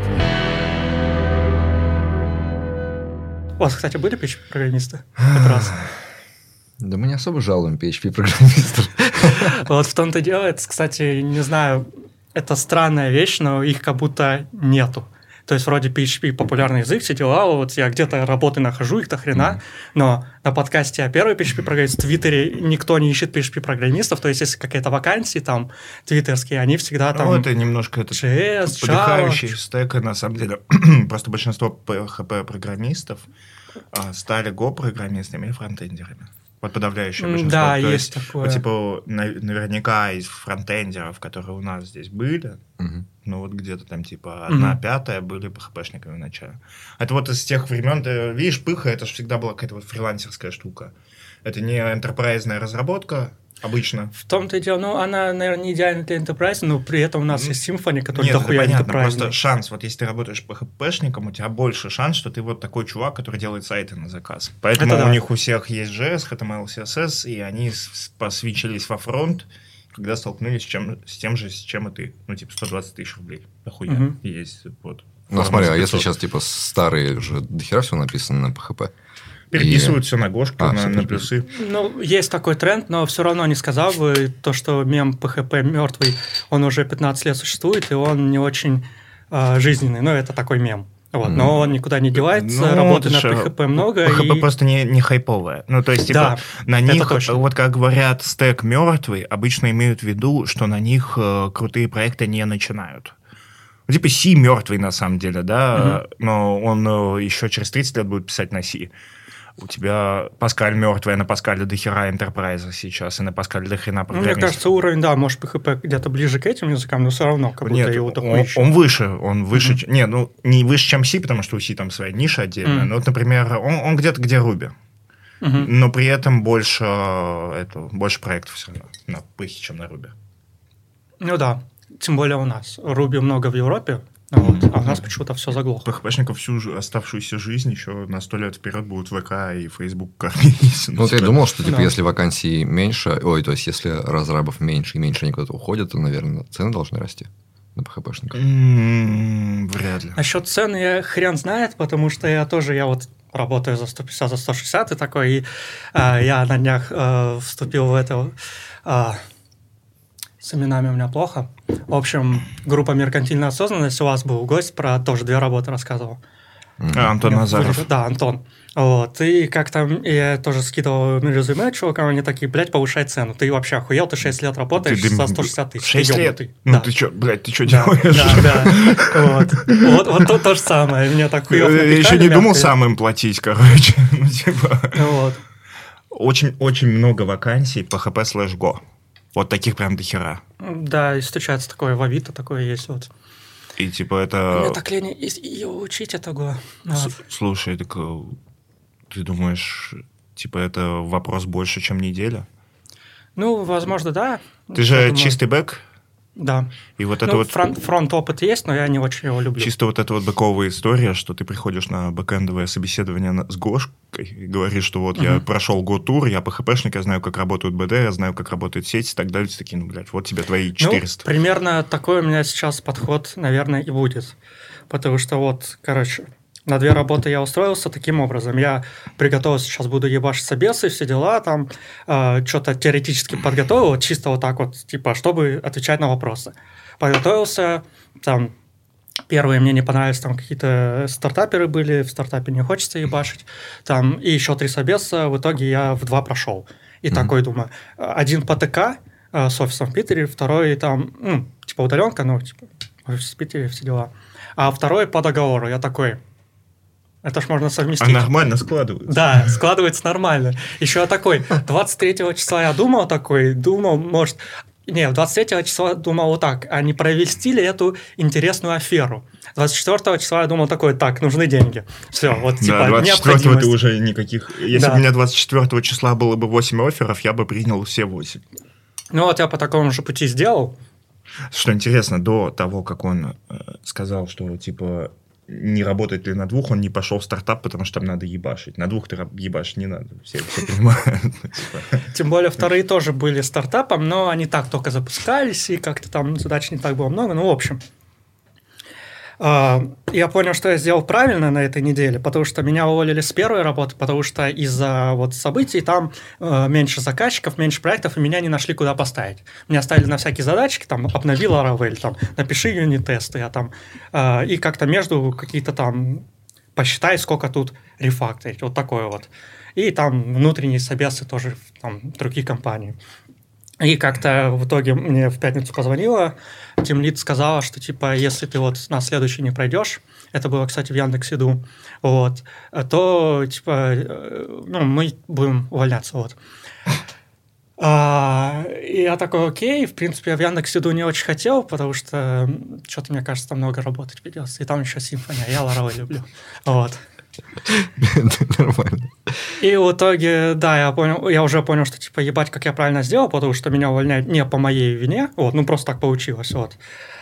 У вас, кстати, были PHP-программисты? Как раз. Да мы не особо жалуем PHP-программистов. Вот в том-то дело, это, кстати, не знаю, это странная вещь, но их как будто нету. То есть вроде PHP популярный язык, все дела, вот я где-то работы нахожу, их до хрена, но на подкасте «Первый PHP-программист» в Твиттере никто не ищет PHP-программистов, то есть если какая-то вакансия там твиттерские, они всегда там... это немножко JS, подыхающий стек, на самом деле. Просто большинство PHP-программистов стали Go-программистами или фронтендерами. Вот подавляющее большинство. Да, то есть такое. Вот, типа, наверняка из фронтендеров, которые у нас здесь были, ну вот где-то там типа 1/5 были PHP-шниками в начале. Это вот из тех времен, ты видишь, Пыха, это же всегда была какая-то вот фрилансерская штука. Это не энтерпрайзная разработка, обычно. В том-то и дело, ну, она, наверное, не идеальна для Enterprise, но при этом у нас есть Symfony, который Нет, дохуя понятно, Enterprise. просто шанс, вот если ты работаешь PHP-шником, у тебя больше шанс, что ты вот такой чувак, который делает сайты на заказ. Поэтому у них у всех есть JS, HTML, CSS, и они посвичились во фронт, когда столкнулись с тем же, с чем и ты. Ну, типа, 120 тысяч рублей. Дохуя есть. Вот. Ну, смотри, а если сейчас, типа, старые же дохера всего написано на PHP? Переписывают все на Гошку, на плюсы. Ну, есть такой тренд, но все равно не сказал бы то, что мем PHP мертвый, он уже 15 лет существует, и он не очень жизненный. Ну, это такой мем. Вот. Но он никуда не девается, работы на PHP много. PHP просто не хайповая. Ну, то есть, типа, на них, вот как говорят, стек мертвый, обычно имеют в виду, что на них крутые проекты не начинают. Типа C мертвый на самом деле, да, но он еще через 30 лет будет писать на C. У тебя Паскаль мертвый, а на Паскале дохера энтерпрайза сейчас, и на Паскале дохрена программистов. Мне кажется, уровень, да, может, PHP где-то ближе к этим языкам, но все равно, как будто его такой еще. Он выше. Не, ну, не выше, чем C, потому что у C там своя ниша отдельная. Но вот, например, он где-то где Ruby. Но при этом больше проектов все равно на Пыхе, чем на Ruby. Ну да, тем более у нас. Ruby много в Европе. Вот. А у нас почему-то все заглохло. PHP-шников всю оставшуюся жизнь еще на 100 лет вперед будут ВК и Facebook кормить. Ну, вот я думал, что типа если вакансий меньше, то есть если разрабов меньше и меньше они куда-то уходят, то, наверное, цены должны расти на PHP-шников. Вряд ли. Насчет цен я хрен знает, потому что я вот работаю за 150, за 160 и такой, и я на днях вступил в это... С именами у меня плохо. В общем, группа «Меркантильная осознанность», у вас был гость, про тоже 2 работы рассказывал. Антон Назаров. Да, Антон. Вот. И как там, я тоже скидывал резюме чувакам, они такие, блядь, повышай цену. Ты вообще охуел, ты 6 лет работаешь за 160 тысяч. 6 лет? Ну ты что, блядь, ты что делаешь? Да. Вот то же самое. Меня так хуёво напихали. Я еще не думал сам им платить, короче. Ну, типа... Очень много вакансий PHP/Go. Вот таких прям дохера. Да, и стучаться такое, в Авито такое есть вот. И типа это... Мне так лень и учить этого. Слушай, так ты думаешь, типа это вопрос больше, чем неделя? Ну, возможно, да. Ты же чистый бэк? Да. И вот это вот... Фронт-опыт есть, но я не очень его люблю. Чисто вот эта вот бэковая история, что ты приходишь на бэкэндовое собеседование с Гошкой и говоришь, что вот я прошел Go-тур, я PHP-шник, я знаю, как работают БД, я знаю, как работает сеть и так далее. Все такие, ну, блядь, вот тебе твои 400. Ну, примерно такой у меня сейчас подход, наверное, и будет. Потому что вот, короче... На 2 работы я устроился таким образом. Я приготовился, сейчас буду ебашить собесы, все дела, там, что-то теоретически подготовил, чисто вот так вот, типа, чтобы отвечать на вопросы. Подготовился, там, первые мне не понравились, там, какие-то стартаперы были, в стартапе не хочется ебашить, там, и еще 3 собеса, в итоге я в 2 прошел. И такой, думаю, 1 по ТК с офисом в Питере, 2 там, типа, удаленка, ну, типа, офис в Питере, все дела. А 2 по договору, я такой... Это ж можно совместить. А нормально складывается. Да, складывается нормально. Еще я такой, 23 числа я думал, может... Не, 23 числа думал вот так, а не провести ли эту интересную аферу. 24 числа я думал такой, так, нужны деньги. Все, вот типа да, 24-го ты уже никаких... Если да. бы у меня 24 числа было бы 8 офферов, я бы принял все 8. Ну вот я по такому же пути сделал. Что интересно, до того, как он сказал, что типа... не работает ли на 2, он не пошел в стартап, потому что там надо ебашить. На 2 ты ебашить не надо, все понимают. Тем более 2 тоже были стартапом, но они так только запускались, и как-то там задач не так было много. Ну, в общем, я понял, что я сделал правильно на этой неделе, потому что меня уволили с 1 работы, потому что из-за вот событий там меньше заказчиков, меньше проектов, и меня не нашли, куда поставить. Меня оставили на всякие задачки, там, обнови Laravel, там, напиши юнит-тесты, я там, и как-то между какие-то там, посчитай, сколько тут рефакторить, вот такое вот. И там внутренние собесы тоже, там, другие компании. И как-то в итоге мне в пятницу позвонила, тимлид сказала, что типа, если ты вот на следующий не пройдешь, это было, кстати, в Яндекс.Еду, вот, то типа, ну, мы будем увольняться, вот. И я такой, окей, в принципе, я в Яндекс.Еду не очень хотел, потому что что-то, мне кажется, там много работать придется. И там еще симфония, я Laravel люблю. Вот. Нормально. И в итоге, да, я уже понял, что, типа, ебать, как я правильно сделал, потому что меня увольняют не по моей вине, вот, ну, просто так получилось, вот.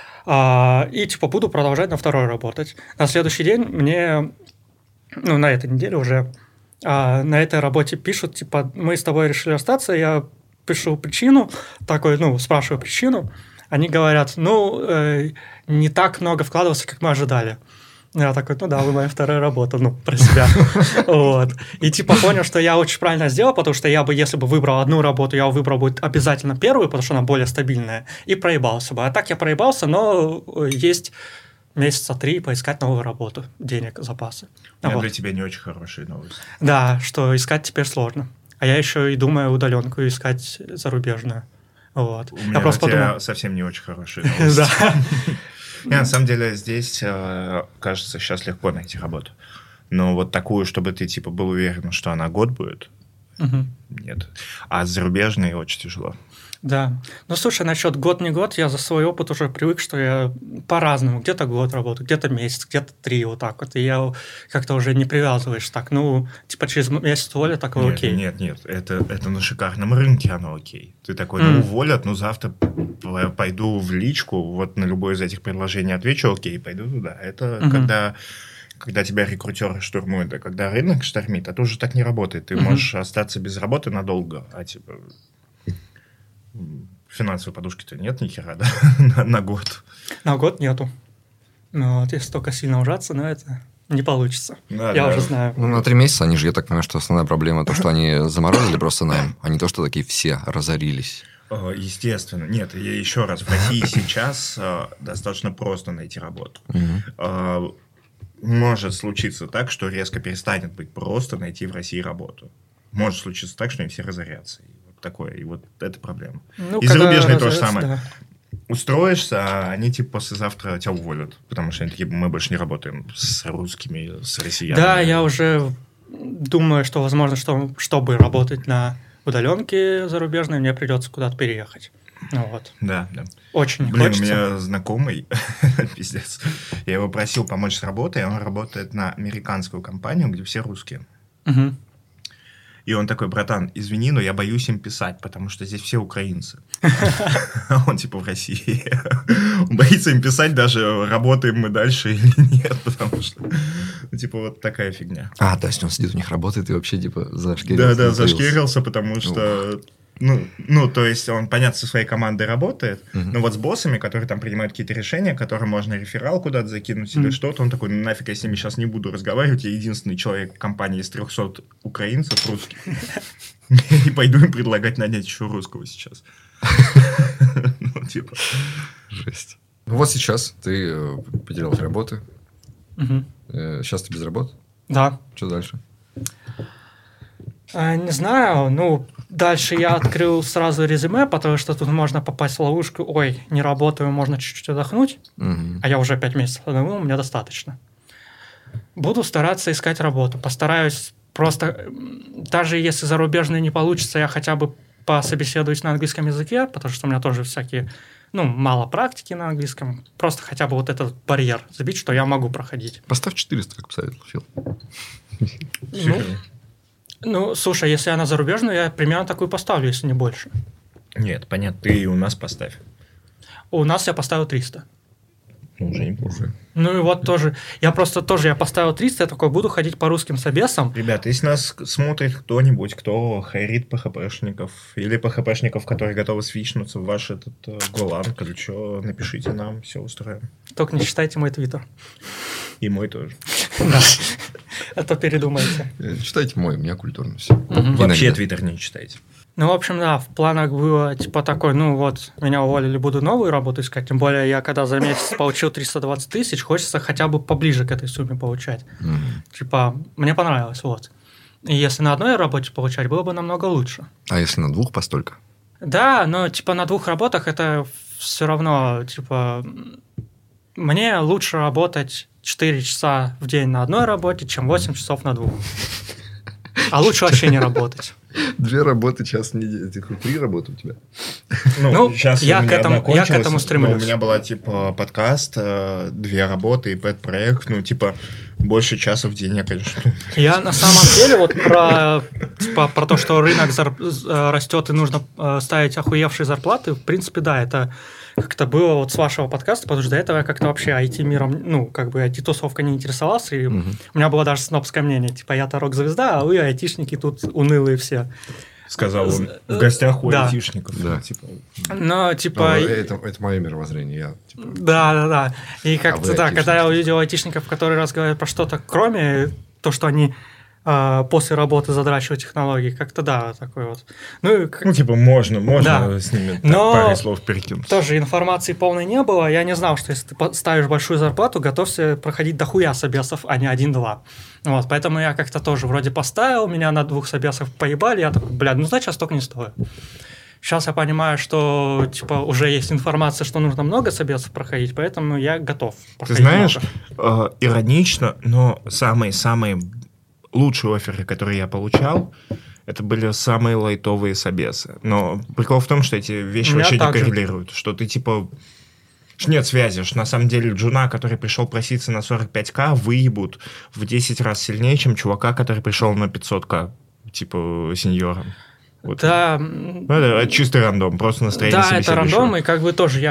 И, типа, буду продолжать на второй работать. На следующий день мне, ну, на этой неделе уже, на этой работе пишут, типа, мы с тобой решили расстаться, я пишу причину, такой, ну, спрашиваю причину, они говорят, ну, не так много вкладывался, как мы ожидали. Я такой, ну да, вы моя вторая работа, ну, про себя. Вот. И типа понял, что я очень правильно сделал, потому что я бы, если бы выбрал одну работу, я выбрал бы обязательно первую, потому что она более стабильная, и проебался бы. А так я проебался, но есть месяца 3 поискать новую работу, денег, запасы. Вот. Для тебя не очень хорошие новости. Да, что искать теперь сложно. А я еще и думаю удаленку искать зарубежную. Вот. У меня я просто подумал... совсем не очень хорошие новости. Да. На самом деле здесь, кажется, сейчас легко найти работу. Но вот такую, чтобы ты типа был уверен, что она год будет, нет. А зарубежные очень тяжело. Да. Ну, слушай, насчет год не год, я за свой опыт уже привык, что я по-разному. Где-то год работаю, где-то месяц, где-то 3, вот так вот. И я как-то уже не привязываешь так. Ну, типа через месяц уволят, так и окей. Нет. Это на шикарном рынке оно окей. Ты такой, ну, уволят, ну, завтра пойду в личку, вот на любое из этих предложений отвечу, окей, пойду туда. Это когда тебя рекрутеры штурмуют, а когда рынок штормит, это уже так не работает. Ты можешь остаться без работы надолго, а типа... Финансовой подушки-то нет ни хера, да? на год. На год нету. Ну, вот если только сильно ужаться, но это не получится. Я уже знаю. Ну, на 3 месяца они же, я так понимаю, что основная проблема то, что они заморозили просто найм, а не то, что такие все разорились. Естественно. Нет, еще раз, в России сейчас достаточно просто найти работу. Может случиться так, что резко перестанет быть просто найти в России работу. Может случиться так, что они все разорятся. Такое, и вот это проблема. Ну, и зарубежные то же самое. Да. Устроишься, а они типа послезавтра тебя уволят, потому что они такие, мы больше не работаем с русскими, с россиянами. Да, я уже думаю, что, возможно, чтобы работать на удаленке зарубежной, мне придется куда-то переехать. Ну вот. Да. Очень не хочется. У меня знакомый, пиздец, я его просил помочь с работой, он работает на американскую компанию, где все русские. Угу. И он такой, братан, извини, но я боюсь им писать, потому что здесь все украинцы. Он типа в России. Он боится им писать даже, работаем мы дальше или нет, потому что, типа, вот такая фигня. То есть он сидит у них работает и вообще, типа, зашкерился. Да, зашкерился, потому что... Ну, то есть он, понятно, со своей командой работает, но вот с боссами, которые там принимают какие-то решения, которым можно реферал куда-то закинуть или что-то, он такой, ну нафиг, я с ними сейчас не буду разговаривать, я единственный человек в компании из 300 украинцев русских, и пойду им предлагать нанять еще русского сейчас. Ну, типа... Жесть. Ну вот сейчас ты потерял работы, сейчас ты без работы? Да. Что дальше? Не знаю, ну... Дальше я открыл сразу резюме, потому что тут можно попасть в ловушку. Ой, не работаю, можно чуть-чуть отдохнуть. А я уже 5 месяцев отдохнул, мне достаточно. Буду стараться искать работу. Постараюсь просто... Даже если зарубежный не получится, я хотя бы пособеседуюсь на английском языке, потому что у меня тоже всякие... Ну, мало практики на английском. Просто хотя бы вот этот барьер забить, что я могу проходить. Поставь 400, как посоветовал Фил. Ну, слушай, если она зарубежная, я примерно такую поставлю, если не больше. Нет, понятно, ты и у нас поставь. У нас я поставил 300. Уже неплохо. Ну и вот тоже. Я поставил 300, я такой буду ходить по русским собесам. Ребята, если нас смотрит кто-нибудь, кто хайрит PHP-шников или PHP-шников, которые готовы свичнуться в ваш этот Golang, ключо, напишите нам, все устроим. Только не читайте мой твиттер. И мой тоже. Да. А то передумайте. Читайте мой, у меня культурно все. Вообще твиттер не читайте. Ну, в общем, да, в планах было типа такой, ну вот, меня уволили, буду новую работу искать, тем более я когда за месяц получил 320 тысяч, хочется хотя бы поближе к этой сумме получать. Типа, мне понравилось, вот. И если на одной работе получать, было бы намного лучше. А если на 2 постолько? Да, но типа на 2 работах это все равно, типа, мне лучше работать 4 часа в день на одной работе, чем 8 часов на 2. А лучше вообще не работать. 2 работы, час в неделю. 3 работы у тебя. Ну, сейчас я у меня одна к этому кончилась, стремлюсь. но у меня была, типа, подкаст, 2 работы и пэт-проект, ну, типа, больше часа в день я, конечно... Я на самом деле вот про то, что рынок растет и нужно ставить охуевшие зарплаты, в принципе, да, это как-то было вот с вашего подкаста, потому что до этого я как-то вообще IT-миром, ну, как бы IT-тусовкой не интересовался, и у меня было даже снобское мнение, типа, я-то рок-звезда, а вы айтишники тут унылые все. Сказал он в гостях у Да. айтишников. Да. Типа, Но, типа... Это мое мировоззрение. Я, типа, Да. И как-то, вы да, айтишники. когда я увидел айтишников, которые разговаривают про что-то, кроме то, что они после работы задрачивают технологии, как-то, да, такой вот. Ну, ну, типа, можно Да. с ними так Но парой слов перекинуться. тоже информации полной не было. Я не знал, что если ты ставишь большую зарплату, готовься проходить дохуя собесов, а не 1-2. Вот, поэтому я как-то тоже вроде поставил, меня на 2 собесов поебали, я такой, ну значит, я столько не стою. Сейчас я понимаю, что типа уже есть информация, что нужно много собесов проходить, поэтому я готов Ты проходить знаешь, много. иронично, но самые лучшие офферы, которые я получал, это были самые лайтовые собесы. Но прикол в том, что эти вещи У меня вообще не так же. коррелируют. Что ты типа... Нет связи, что на самом деле джуна, который пришел проситься на 45к, выебут в 10 раз сильнее, чем чувака, который пришел на 500к, типа сеньором. Вот. Да, Ну, это чистый рандом, просто настроение да, это собеседующего. рандом, и как бы тоже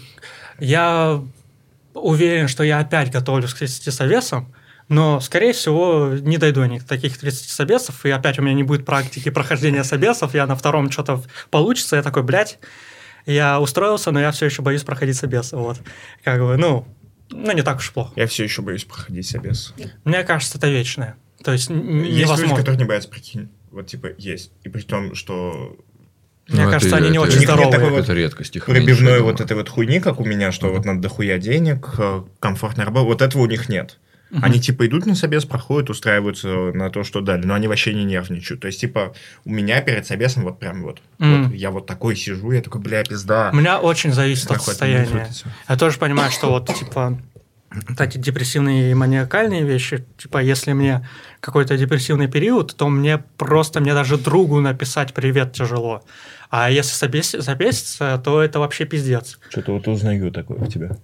я уверен, что я опять готовлюсь к 30 собесам, но, скорее всего, не дойду ни до таких 30 собесов, и опять у меня не будет практики прохождения собесов, я на 2-м что-то получится, я такой, я устроился, но я все еще боюсь проходить собесы, вот. Как бы, не так уж плохо. Я все еще боюсь проходить собес. Мне кажется, это вечное. То есть Есть невозможно. люди, которые не боятся, прикинь. Вот типа есть. И при том, что Мне кажется, они не очень нет такой здоровые. вот это редкость. Их пробивной меньше, вот я этой вот хуйни, как у меня, что вот надо дохуя денег, комфортная работа. Вот этого у них нет. Они типа идут на собес, проходят, устраиваются на то, что дали, но они вообще не нервничают. То есть, типа, у меня перед собесом вот прям вот я вот такой сижу, я такой, пизда. У меня очень зависит от Как вот состояния. не крутится. Я тоже понимаю, что вот, типа, эти депрессивные и маниакальные вещи, типа, если мне какой-то депрессивный период, то мне даже другу написать «привет» тяжело. А если запеситься, то это вообще пиздец. Что-то вот узнаю такое в тебя.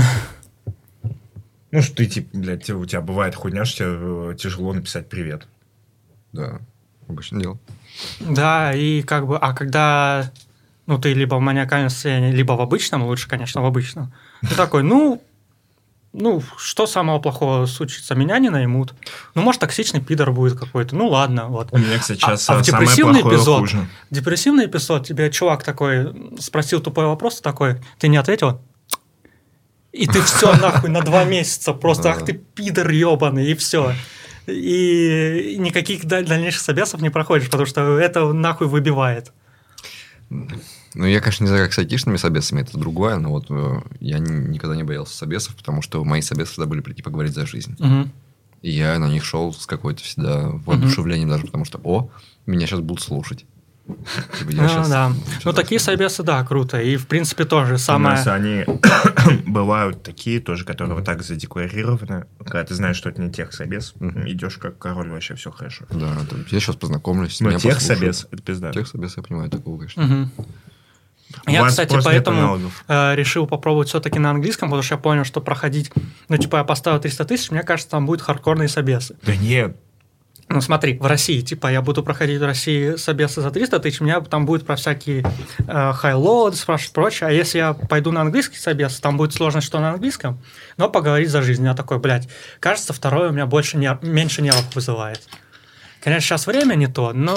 Ну, что ты, типа, у тебя бывает хуйня, что тебе тяжело написать «привет». Да, обычное дело. Да, и как бы, а когда, ты либо в маниакальном состоянии, либо в обычном, лучше, конечно, в обычном, ты такой, что самого плохого случится? Меня не наймут. Может, токсичный пидор будет какой-то. Ну, ладно, вот. У меня, кстати, сейчас в самое депрессивный плохое эпизод, хуже. депрессивный эпизод, тебе чувак такой спросил тупой вопрос, такой, ты не ответил? И ты все нахуй на 2 месяца просто, ах ты пидор ебаный, и все. И никаких дальнейших собесов не проходишь, потому что это нахуй выбивает. Ну, я, конечно, не знаю, как с айтишными собесами, это другое, но вот я никогда не боялся собесов, потому что мои собесы всегда были прийти поговорить за жизнь. Угу. И я на них шел с какой-то всегда воодушевлением даже, потому что, меня сейчас будут слушать. Типа, я щас да. всё Такие собесы, да, круто. И, в принципе, тоже У самое... нас они бывают такие тоже, которые вот так задекларированы. Когда ты знаешь, что это не техсобес, идешь как король, вообще все хорошо. Да, я сейчас познакомлюсь. Но меня техсобес, это пизда. Техсобес, я понимаю, такого, конечно. Мгм. У Я, вас кстати, просто нет поэтому аналогов. решил попробовать все-таки на английском, потому что я понял, что проходить... я поставил 300 тысяч, мне кажется, там будут хардкорные собесы. Да нет. Смотри, в России, я буду проходить в России собесы за 300 тысяч, у меня там будет про всякие high-load, спрашивать прочее, а если я пойду на английский собес, там будет сложность, что на английском, но поговорить за жизнь. Я такой, кажется, второе у меня меньше нервов вызывает. Конечно, сейчас время не то, но,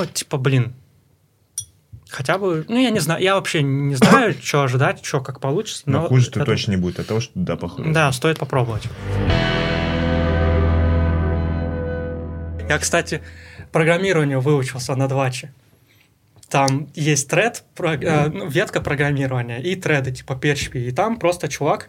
хотя бы, я не знаю, я вообще не знаю, что ожидать, как получится. Но хуже-то точно не будет от того, что туда походу. Да, стоит попробовать. Я, кстати, программированию выучился на Дваче. Там есть тред, ветка программирования и треды типа PHP. И там просто чувак,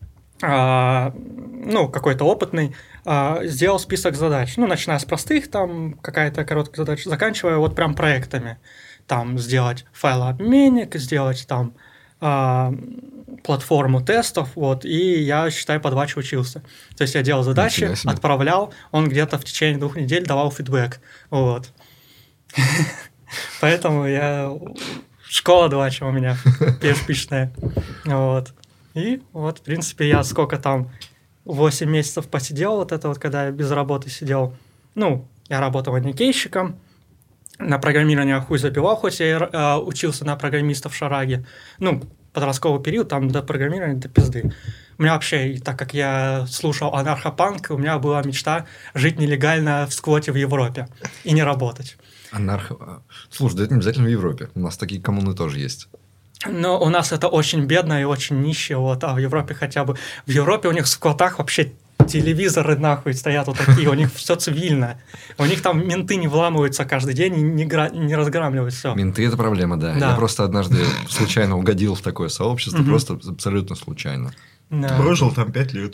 какой-то опытный, сделал список задач. Начиная с простых, там какая-то короткая задача, заканчивая вот прям проектами. Там сделать файлообменник, сделать там платформу тестов, и я, считай, по Дваче учился. То есть я делал задачи, отправлял, он где-то в течение 2 недель давал фидбэк, Поэтому я... Школа 2, чем у меня PHP-шная. Вот. И вот, в принципе, я сколько там 8 месяцев посидел, вот это вот, когда я без работы сидел. Ну, я работал аникейщиком, на программирование хуй забивал, хоть я учился на программиста в Шараге. Ну, подростковый период, там до программирования, до пизды. У меня вообще, так как я слушал анархопанк, у меня была мечта жить нелегально в сквоте в Европе и не работать. Слушай, да это не обязательно в Европе. У нас такие коммуны тоже есть. Но у нас это очень бедно и очень нищее, вот, а в Европе хотя бы... В Европе у них в сквотах вообще телевизоры нахуй стоят вот такие, у них все цивильно. У них там менты не вламываются каждый день и не разграмливают все. Менты – это проблема, да. Я просто однажды случайно угодил в такое сообщество, просто абсолютно случайно. Прожил там 5 лет.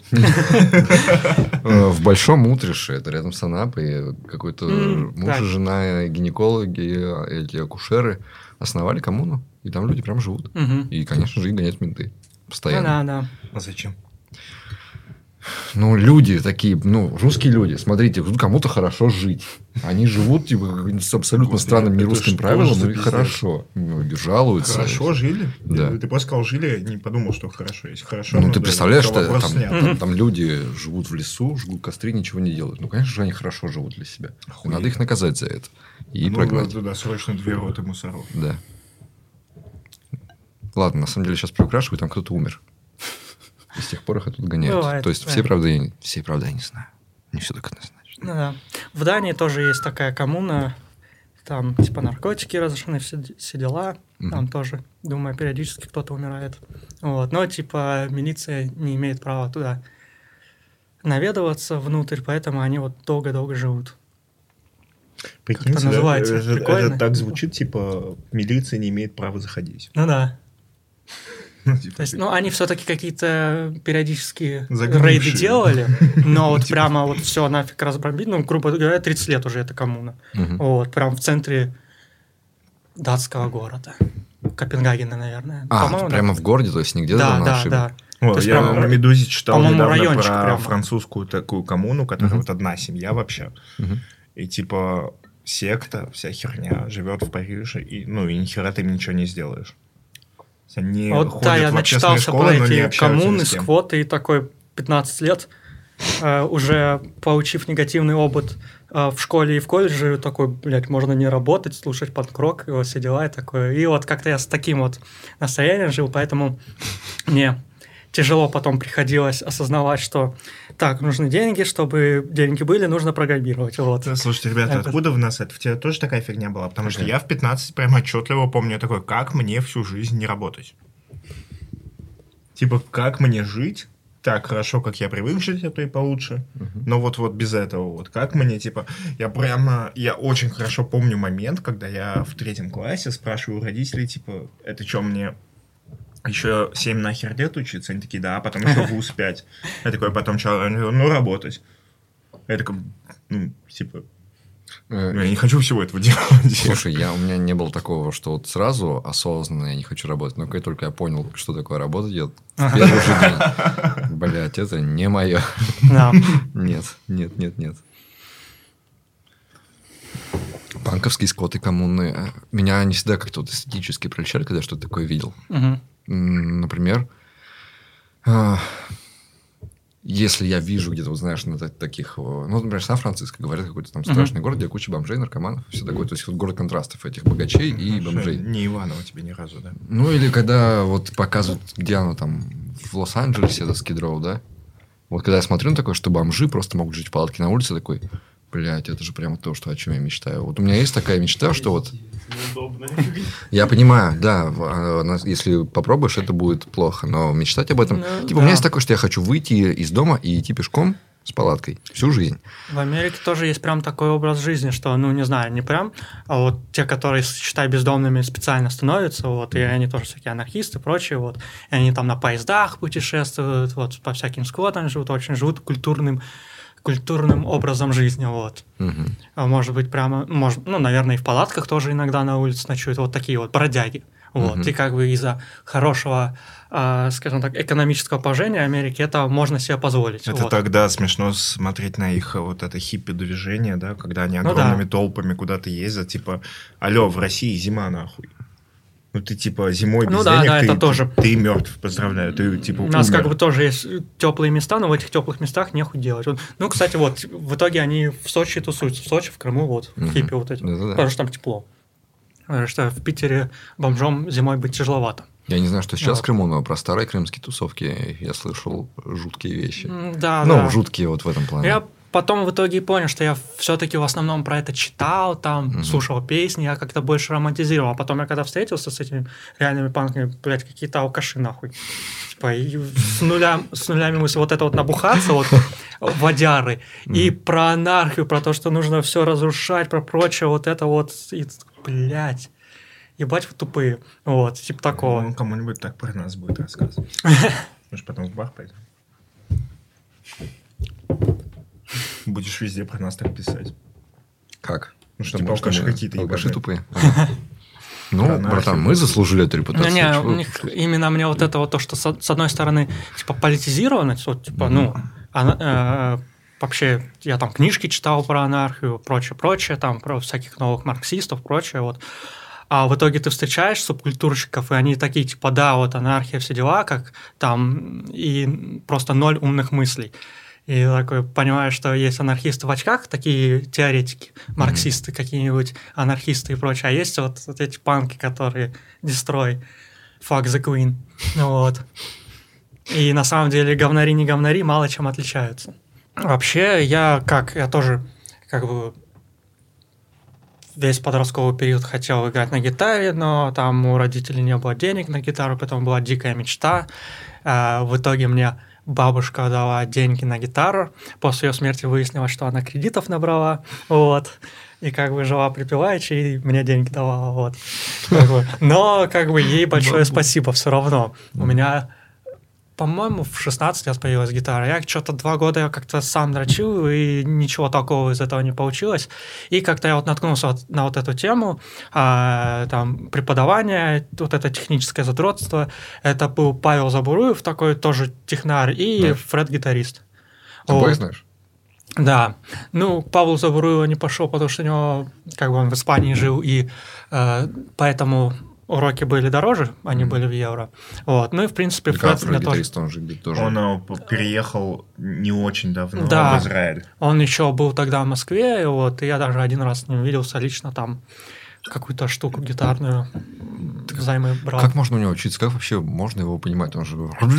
В Большом Утрише, это рядом с Анапой, какой-то муж и жена, гинекологи, эти акушеры основали коммуну, и там люди прям живут. И, конечно же, их гоняют менты постоянно. Да. А зачем? Ну, люди такие, русские люди, смотрите, кому-то хорошо жить. Они живут, типа, с абсолютно странным нерусским правилам, и хорошо. Жалуются. Хорошо жили? Да. Ты просто сказал, жили, не подумал, что хорошо. Если хорошо, ты представляешь, что там люди живут в лесу, жгут костры, ничего не делают. Ну, конечно же, они хорошо живут для себя. Надо их наказать за это. И прогнать. Да, срочно 2 роты мусоров. Да. Ладно, на самом деле, сейчас приукрашиваю, там кто-то умер. И с тех пор их оттуда гоняют. Бывает, то есть, все, правда, я не знаю. Не все так однозначно. Ну, да. В Дании тоже есть такая коммуна. Там, типа, наркотики разрешены, все дела. Там тоже, думаю, периодически кто-то умирает. Вот. Но, типа, милиция не имеет права туда наведываться внутрь, поэтому они вот долго-долго живут. Прикиньте, как-то называется. Это так звучит, типа, милиция не имеет права заходить. Ну да. То есть, они все-таки какие-то периодические рейды делали, но вот прямо вот все нафиг разбомбить, грубо говоря, 30 лет уже эта коммуна. Вот, прям в центре датского города. Копенгагена, наверное. Прямо в городе, то есть не где-то там на ошибке? Да. Я на «Медузе» читал недавно про прямо. французскую такую коммуну, которая вот одна семья вообще. И типа секта, вся херня, живет в Париже, и ни хера ты им ничего не сделаешь. Они я начитался про эти коммуны, сквоты, и такой 15 лет, уже получив негативный опыт в школе и в колледже, такой, блядь, можно не работать, слушать панк-рок, и все дела, и такое. И вот как-то я с таким вот настроением жил, поэтому мне тяжело потом приходилось осознавать, что так, нужны деньги, чтобы деньги были, нужно программировать. Вот. Слушайте, ребята, откуда в нас это? В тебе тоже такая фигня была? Потому что я в 15 прям отчетливо помню такой, как мне всю жизнь не работать? Типа, как мне жить так хорошо, как я привык жить, а то и получше. Но вот без этого вот. Как мне, типа, я очень хорошо помню момент, когда я в 3 классе спрашиваю у родителей, типа, это что, мне еще 7 нахер лет учиться? Они такие, да, потом еще вуз 5. Я такой, потом что, работать. Я такой, типа, я не хочу всего этого делать. Слушай, у меня не было такого, что вот сразу осознанно я не хочу работать. Но как только я понял, что такое работать, я в первый же день, блядь, это не мое. Нет. Банковские сквоты коммуны. Меня не всегда как-то вот эстетически прельщали, когда я что-то такое видел. Например, если я вижу где-то, вот знаешь, на таких... например, Сан-Франциско, говорят, какой-то там страшный город, где куча бомжей, наркоманов, все такое. То есть, вот город контрастов этих богачей и бомжей. Не Иваново тебе ни разу, да? Или когда вот показывают, где оно там, в Лос-Анджелесе, это Скид-Роу, да? Вот когда я смотрю на такое, что бомжи просто могут жить в палатке на улице, такой, блядь, это же прямо то, о чем я мечтаю. Вот у меня есть такая мечта, что вот... Я понимаю, да, если попробуешь, это будет плохо, но мечтать об этом... у меня есть такое, что я хочу выйти из дома и идти пешком с палаткой всю жизнь. В Америке тоже есть прям такой образ жизни, что, не знаю, не прям, а вот те, которые, считай, бездомными специально становятся, вот, и они тоже всякие анархисты и прочее, вот, и они там на поездах путешествуют, вот, по всяким сквотам живут культурным образом жизни, вот. Может быть, прямо, наверное, и в палатках тоже иногда на улице ночуют, вот такие вот бродяги. Вот, и как бы из-за хорошего, скажем так, экономического положения Америки это можно себе позволить. Это вот. тогда смешно смотреть на их вот это хиппи-движение, да, когда они огромными толпами куда-то ездят, типа, алло, в России зима нахуй. Ну, ты, типа, зимой без денег, ты мертв, поздравляю, ты, типа, у нас умер. как бы тоже есть теплые места, но в этих теплых местах нехуй делать. Ну, кстати, вот, в итоге они в Сочи тусуются, в Сочи, в Крыму, вот, в хиппи вот эти, потому что там тепло. Потому что в Питере бомжом зимой быть тяжеловато. Я не знаю, что сейчас в Крыму, но про старые крымские тусовки я слышал жуткие вещи. Да, ну, жуткие вот в этом плане. Я потом в итоге понял, что я все-таки в основном про это читал, там, слушал песни, я как-то больше романтизировал. А потом я когда встретился с этими реальными панками, блядь, какие-то алкаши, нахуй. Типа, и с нулями мысли вот это вот набухаться, вот, водяры, и про анархию, про то, что нужно все разрушать, про прочее, вот это вот, и, блядь. Ебать вы тупые. Вот, типа такого. Ну, кому-нибудь так про нас будет рассказывать. Может, потом в бар пойдем? Будешь везде про нас так писать. Как? Ну, что, типа, алкаши какие-то алкаши тупые. Ну, братан, мы заслужили эту репутацию. Не, у них именно мне вот это вот то, что с одной стороны, типа, политизированность, вот, типа, ну, вообще, я там книжки читал про анархию, прочее, там, про всяких новых марксистов, прочее, вот. А в итоге ты встречаешь субкультурщиков, и они такие, типа, да, вот анархия, все дела, как там, и просто 0 умных мыслей. И такой понимаешь, что есть анархисты в очках, такие теоретики, марксисты какие-нибудь, анархисты и прочее, а есть вот эти панки, которые destroy, fuck the queen, вот. И на самом деле говнари, не говнари мало чем отличаются. Вообще, я тоже как бы весь подростковый период хотел играть на гитаре, но там у родителей не было денег на гитару, поэтому была дикая мечта. В итоге мне бабушка дала деньги на гитару. После ее смерти выяснилось, что она кредитов набрала. Вот. И как бы жила припеваючи, и мне деньги давала. Вот. Но как бы ей большое спасибо все равно. У меня, по-моему, в 16 лет появилась гитара. Я что-то 2 года как-то сам дрочил, и ничего такого из этого не получилось. И как-то я вот наткнулся на вот эту тему, там, преподавание, вот это техническое задротство. Это был Павел Забуруев, такой тоже технарь, и Фред-гитарист. Ты бой знаешь? Да. Ну, к Павлу Забуруеву не пошел, потому что у него, как бы он в Испании жил, и поэтому уроки были дороже, они были в евро. Вот. Ну и, в принципе, Фред мне тоже... Он переехал не очень давно в Израиль. Он еще был тогда в Москве, вот, и я даже один раз с ним виделся лично там, какую-то штуку гитарную взаймы брал. Как можно у него учиться? Как вообще можно его понимать? Он же...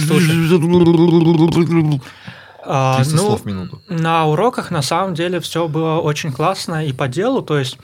300 слов в минуту. На уроках, на самом деле, все было очень классно и по делу, то есть,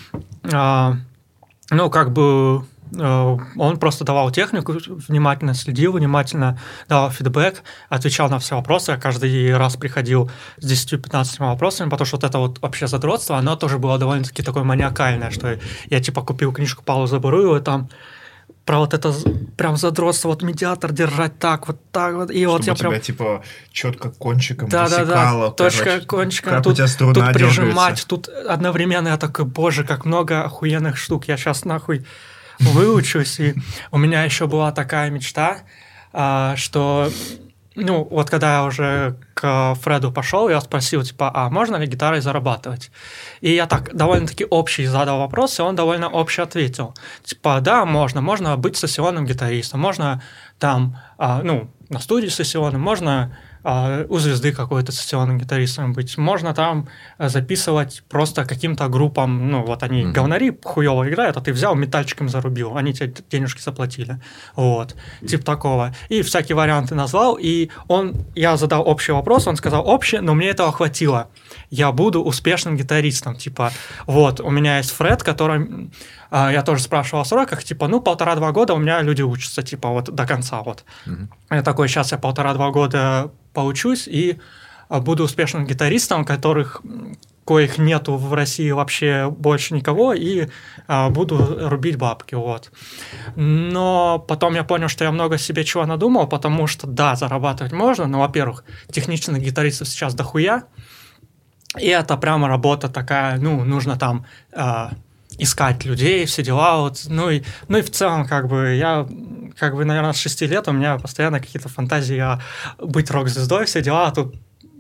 ну, как бы... Он просто давал технику, внимательно следил, внимательно давал фидбэк, отвечал на все вопросы. Я каждый раз приходил с 10-15 вопросами, потому что вот это вот вообще задротство, оно тоже было довольно-таки такое маниакальное, что я типа купил книжку Павла Забуруева, там про вот это прям задротство, вот медиатор держать так вот, и вот я прям... тебя типа четко кончиком засекало. Да, точка кончиком, тут прижимать, тут одновременно я такой, боже, как много охуенных штук, я сейчас нахуй выучусь, и у меня еще была такая мечта, что, ну, вот когда я уже к Фреду пошел, я спросил, типа, а можно ли гитарой зарабатывать? И я так довольно-таки общий задал вопрос, и он довольно общий ответил. Типа, да, можно быть сессионным гитаристом, можно там, ну, на студии сессионным, можно у звезды какой-то сессионным гитаристом быть. Можно там записывать просто каким-то группам, ну, вот они говнари хуёво играют, а ты взял, метальчиком зарубил, они тебе денежки заплатили. Вот. Типа такого. И всякие варианты назвал, и я задал общий вопрос, он сказал общий, но мне этого хватило. Я буду успешным гитаристом. Типа, вот, у меня есть Фред, который... Я тоже спрашивал о сроках, типа, ну, 1,5-2 года у меня люди учатся, типа, вот до конца, вот. Я такой, сейчас я 1,5-2 года поучусь и буду успешным гитаристом, коих нету в России вообще больше никого, и буду рубить бабки, вот. Но потом я понял, что я много себе чего надумал, потому что, да, зарабатывать можно, но, во-первых, техничных гитаристов сейчас дохуя, и это прямо работа такая, ну, нужно там... искать людей, все дела, вот, ну и в целом, я, наверное, с 6 лет у меня постоянно какие-то фантазии быть рок-звездой, все дела, а тут,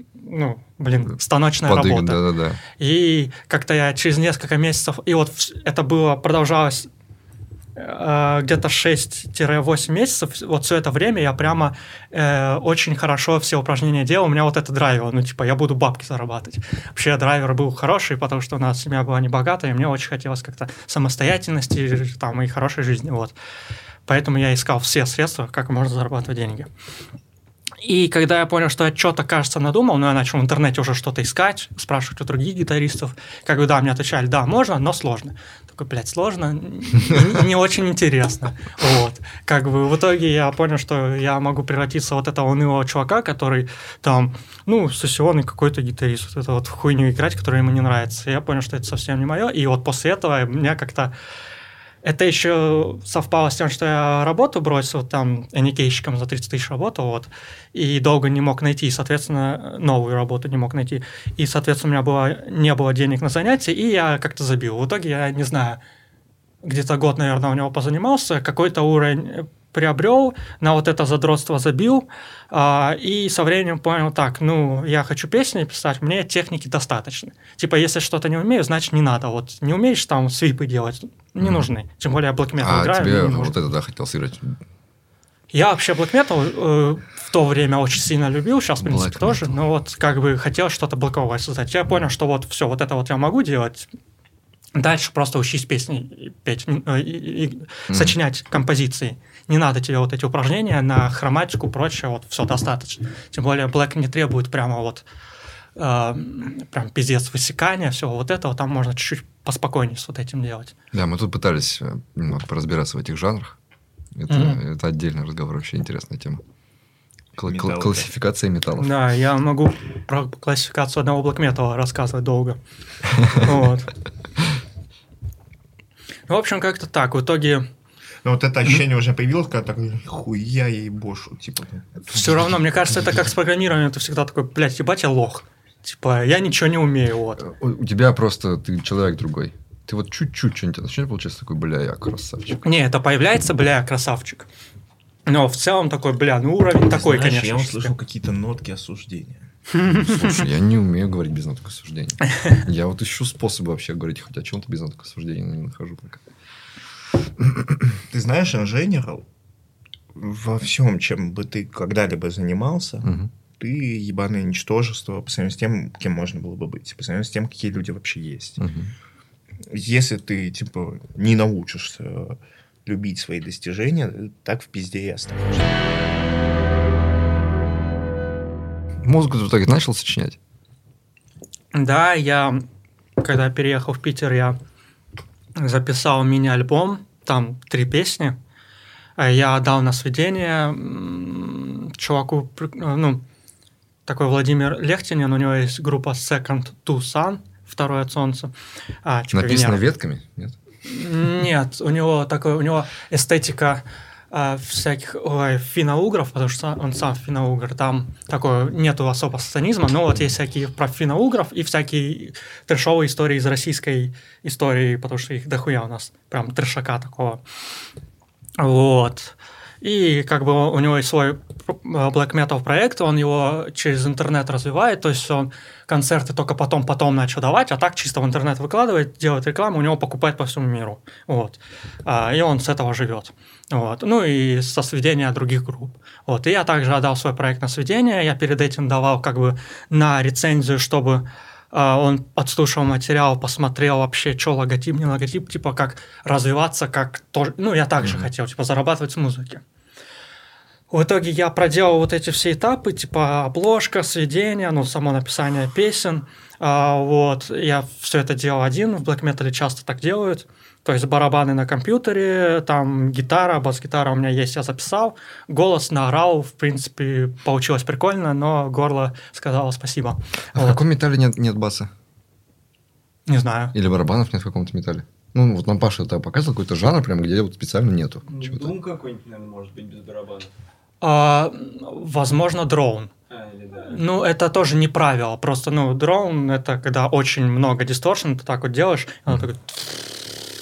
станочная работа. Да. И как-то я через несколько месяцев, и вот это продолжалось где-то 6-8 месяцев, вот все это время я прямо очень хорошо все упражнения делал, у меня вот это драйвило, я буду бабки зарабатывать. Вообще драйвер был хороший, потому что у нас семья была небогатая, и мне очень хотелось как-то самостоятельности там, и хорошей жизни, вот. Поэтому я искал все средства, как можно зарабатывать деньги. И когда я понял, что я что-то, кажется, надумал, я начал в интернете уже что-то искать, спрашивать у других гитаристов. Мне отвечали, да, можно, но сложно. Такой, сложно, не очень интересно. Вот. В итоге я понял, что я могу превратиться в вот этого унылого чувака, который там, сессионный какой-то гитарист, вот эту вот хуйню играть, которая ему не нравится. И я понял, что это совсем не мое. И вот после этого меня как-то... Это еще совпало с тем, что я работу бросил, там, эникейщиком за 30 тысяч работал, вот, и долго не мог найти, соответственно, новую работу не мог найти. И, соответственно, у меня не было денег на занятия, и я как-то забил. В итоге я, не знаю, где-то год, наверное, у него позанимался, какой-то уровень приобрел, на вот это задротство забил, и со временем понял, я хочу песни писать, мне техники достаточно. Если что-то не умею, значит, не надо. Вот не умеешь там свипы делать, не нужны. Тем более я black metal играю. А тебе вот это, хотел сыграть? Я вообще black metal в то время очень сильно любил, сейчас, в принципе, black тоже, metal. Но вот хотел что-то блоковое создать. Я понял, что вот все, вот это вот я могу делать. Дальше просто учись песни петь, сочинять композиции. Не надо тебе вот эти упражнения на хроматику, прочее, вот все достаточно. Тем более Black не требует прямо вот прям пиздец высекания, всего вот этого, там можно чуть-чуть поспокойнее с вот этим делать. Да, мы тут пытались немного поразбираться в этих жанрах. Это отдельный разговор, вообще интересная тема. Классификация металлов. Да, я могу про классификацию одного Black Metal рассказывать долго. Вот. В общем, как-то так. В итоге... Но вот это ощущение уже появилось, когда так, хуя я ебошу. Все равно, мне кажется, это как с программированием. Ты всегда такой, ебать, я лох. Я ничего не умею, вот. У тебя просто, ты человек другой. Ты вот чуть-чуть что-нибудь начнешь, получается такой, я красавчик. Не, это появляется, красавчик. Но в целом такой, уровень такой, знаешь, конечно. Я услышал какие-то нотки осуждения. Слушай, я не умею говорить без ноток осуждения. Я вот ищу способы вообще говорить хоть о чем-то без ноток осуждения, но не нахожу пока. Ты знаешь, инженер, во всем, чем бы ты когда-либо занимался, ты ебаное ничтожество по сравнению с тем, кем можно было бы быть, по сравнению с тем, какие люди вообще есть. Если ты, не научишься любить свои достижения, так в пизде и останешься. Музыку ты в итоге начал сочинять? Да, я, когда переехал в Питер, я записал мини-альбом, там 3 песни. Я отдал на сведение чуваку, такой Владимир Лехтинин, у него есть группа Second to Sun, второе от солнца. Написано ветками? Нет? Нет, у него эстетика всяких финно-угров, потому что он сам финно-угр, там такое нету особо сатанизма, но вот есть всякие про финно-угров и всякие трэшовые истории из российской истории, потому что их дохуя у нас, прям трэшака такого. Вот. И у него есть свой black metal проект, он его через интернет развивает, то есть он концерты только потом начал давать, а так чисто в интернет выкладывает, делает рекламу, у него покупают по всему миру. Вот. И он с этого живет. Вот. И со сведения других групп. Вот. И я также отдал свой проект на сведение, я перед этим давал на рецензию, чтобы он отслушал материал, посмотрел вообще, что логотип, не логотип, как развиваться, я также хотел, зарабатывать с музыки. В итоге я проделал вот эти все этапы, обложка, сведения, само написание песен. Вот. Я все это делал один, в Black Metal часто так делают. То есть барабаны на компьютере, там гитара, бас-гитара у меня есть, я записал. Голос наорал, в принципе, получилось прикольно, но горло сказало спасибо. А в каком металле нет баса? Не знаю. Или барабанов нет в каком-то металле? Вот нам Паша показывал какой-то жанр, прям, где вот специально нету. Doom какой-нибудь, наверное, может быть без барабанов. Возможно, дроун. Это тоже не правило. Просто, дроун — это когда очень много дисторшн, ты так вот делаешь, и оно такое...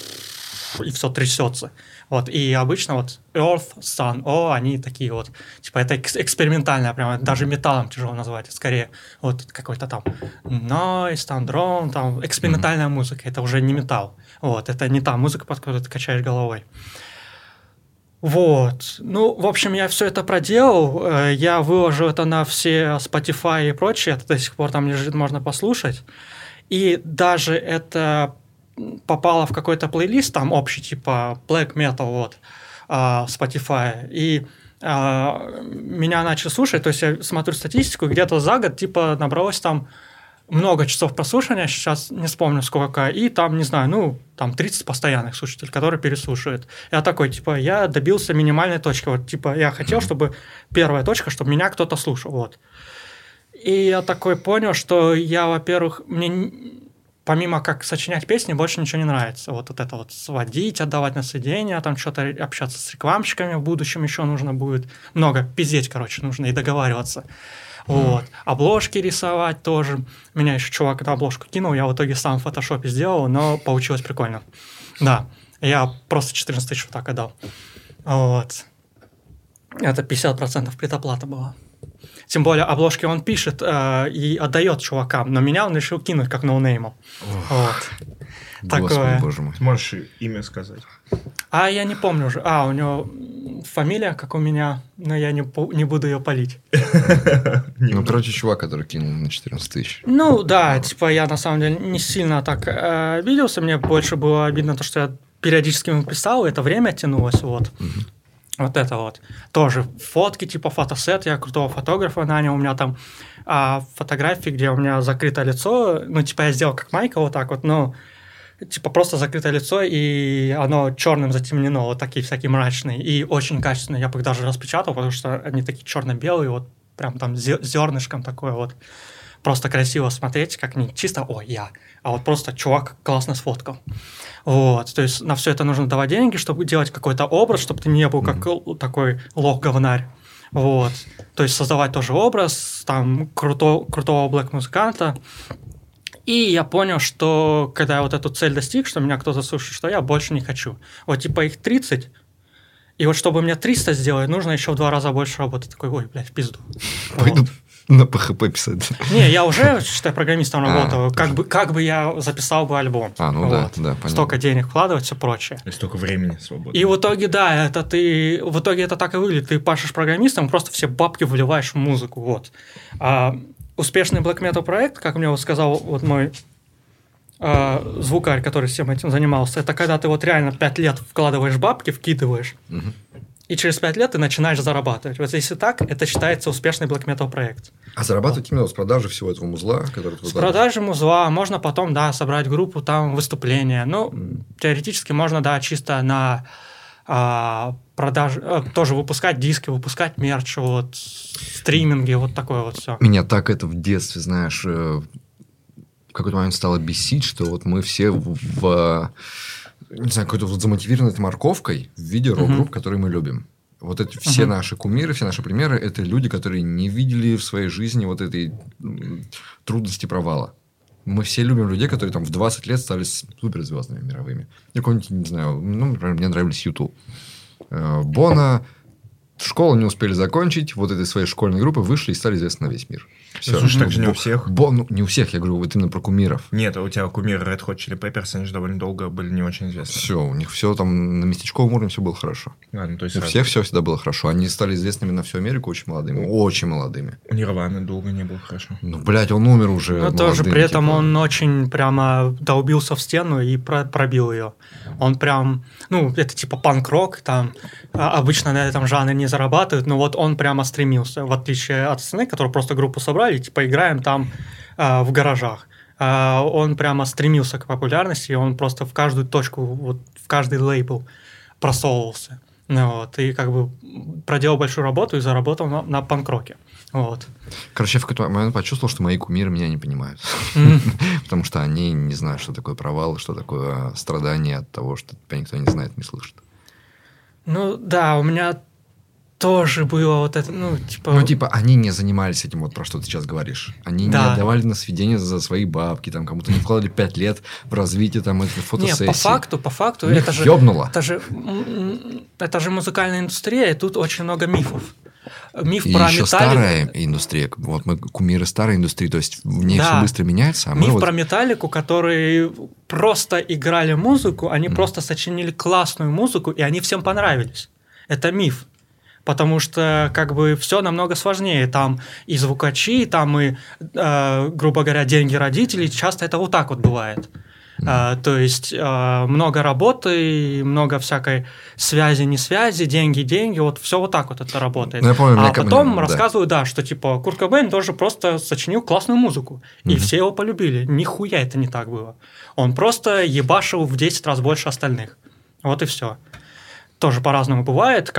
и все трясется. Вот. И обычно вот Earth, Sun, они такие вот, типа это экспериментальная, прям даже металлом тяжело назвать, скорее вот какой-то там noise, там дрон, там экспериментальная музыка, это уже не металл. Вот. Это не та музыка, под которой ты качаешь головой. Вот. Ну, в общем, я все это проделал. Я выложу это на все Spotify и прочее. Это до сих пор там лежит, можно послушать. И даже это попало в какой-то плейлист, там общий, типа Black Metal, вот, Spotify. И меня начали слушать. То есть я смотрю статистику, где-то за год, типа, набралось там много часов прослушивания, сейчас не вспомню сколько, и там, не знаю, ну, там 30 постоянных слушателей, которые переслушивают. Я такой, типа, я добился минимальной точки, вот, типа, я хотел, чтобы первая точка, чтобы меня кто-то слушал, вот. И я такой понял, что я, во-первых, мне помимо как сочинять песни, больше ничего не нравится. Вот это вот сводить, отдавать на сведения, там что-то общаться с рекламщиками в будущем еще нужно будет. Много пиздеть, короче, нужно и договариваться. Вот. Обложки рисовать тоже. Меня еще чувак эту обложку кинул, я в итоге сам в фотошопе сделал, но получилось прикольно. Да, я просто 14 тысяч вот так отдал. Вот. Это 50% предоплата была. Тем более обложки он пишет и отдает чувакам, но меня он решил кинуть как ноунеймом. Вот. Такое. Боже мой. Можешь имя сказать? А я не помню уже. У него фамилия, как у меня, но я не буду ее палить. Ну, короче, чувак, который кинул на 14 тысяч. Ну, да, типа я на самом деле не сильно так обиделся. Мне больше было обидно то, что я периодически ему писал, и это время тянулось, вот. Вот это вот. Тоже фотки, типа фотосет, я крутого фотографа нанял, у меня там фотографии, где у меня закрыто лицо, ну, типа я сделал как Майка вот так вот, но типа просто закрытое лицо, и оно черным затемнено, вот такие всякие мрачные, и очень качественные, я бы их даже распечатал, потому что они такие черно-белые, вот прям там зернышком такое вот. Просто красиво смотреть, как не чисто а вот просто чувак классно сфоткал. Вот, то есть на все это нужно давать деньги, чтобы делать какой-то образ, чтобы ты не был как такой лох-говнарь. Вот, то есть создавать тоже образ, там, крутого блэк-музыканта. И я понял, что когда я вот эту цель достиг, что меня кто-то слушает, что я больше не хочу. Вот типа их 30, и вот чтобы мне 300 сделать, нужно еще в 2 раза больше работать. Такой, в пизду. Пойду на PHP писать. Не, я уже, считай, программистом работал. Как бы я записал бы альбом. Ну да, понятно. Столько денег вкладывать, все прочее. И столько времени свободного. И в итоге, да, в итоге это так и выглядит. Ты пашешь программистом, просто все бабки вливаешь в музыку, вот. Успешный Black Metal проект, как мне вот сказал вот мой звукарь, который всем этим занимался, это когда ты вот реально 5 лет вкладываешь бабки, вкидываешь, и через 5 лет ты начинаешь зарабатывать. Вот если так, это считается успешный Black Metal проект. А зарабатывать именно с продажи всего этого музла, который ты с продажи музла можно потом, да, собрать группу, там, выступления. Ну, теоретически можно, да, чисто на продажи, тоже выпускать диски, выпускать мерч, вот, стриминги, вот такое вот все. Меня так это в детстве, знаешь, в какой-то момент стало бесить, что вот мы все не знаю, какой-то вот замотивированы этой морковкой в виде рок-групп, которые мы любим. Вот эти все наши кумиры, все наши примеры, это люди, которые не видели в своей жизни вот этой трудности провала. Мы все любим людей, которые там в 20 лет стали суперзвездными мировыми. Я какой-нибудь, не знаю, например, мне нравились YouTube. Бона, школу не успели закончить, вот этой своей школьной группы вышли и стали известны на весь мир. Все. Слушай, так же не у всех. Не у всех, я говорю, вот именно про кумиров. Нет, у тебя кумиры Red Hot Chili Peppers, они же довольно долго были не очень известны. Все, у них все там на местечковом уровне все было хорошо. То есть у всех все всегда было хорошо. Они стали известными на всю Америку очень молодыми. Очень молодыми. У Нирваны долго не было хорошо. Блядь, он умер уже. Но тоже при этом он очень прямо долбился в стену и пробил ее. Он прям, это типа панк-рок, там обычно на этом жанре не зарабатывают, но вот он прямо стремился, в отличие от сцены, которые просто группу собрали, типа играем там в гаражах. Он прямо стремился к популярности, и он просто в каждую точку, вот в каждый лейбл просовывался. Вот, и как бы проделал большую работу и заработал на панк-роке. Вот. Короче, я в какой-то момент почувствовал, что мои кумиры меня не понимают. Потому что они не знают, что такое провал, что такое страдание от того, что тебя никто не знает, не слышит. Ну да, у меня тоже было вот это, они не занимались этим, вот про что ты сейчас говоришь. Они не отдавали на сведения за свои бабки, там, кому-то не вкладывали 5 лет в развитие там этой фотосессии. Нет, по факту, это же ёбнуло. Это же музыкальная индустрия, и тут очень много мифов. Миф и про еще Металлику. Старая индустрия. Вот мы кумиры старой индустрии, то есть в ней все быстро меняется. Миф про Металлику, которые просто играли музыку, они просто сочинили классную музыку, и они всем понравились. Это миф. Потому что как бы все намного сложнее. Там и звукачи, там и, грубо говоря, деньги родителей. Часто это вот так вот бывает. То есть много работы, много всякой связи, не связи, деньги, вот все вот так вот это работает. Я помню, потом рассказывают, что типа Курт Кобейн тоже просто сочинил классную музыку, и все его полюбили. Нихуя это не так было. Он просто ебашил в 10 раз больше остальных. Вот и все. Тоже по-разному бывает.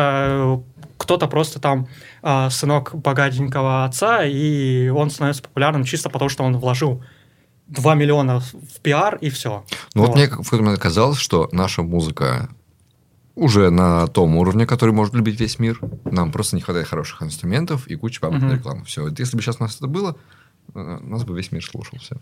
Кто-то просто там сынок богатенького отца, и он становится популярным чисто потому, что он вложил 2 миллиона в пиар, и все. Ну вот мне в какой-то момент казалось, что наша музыка уже на том уровне, который может любить весь мир. Нам просто не хватает хороших инструментов и кучи бабок на рекламу. Все. Вот если бы сейчас у нас это было, нас бы весь мир слушал. Все.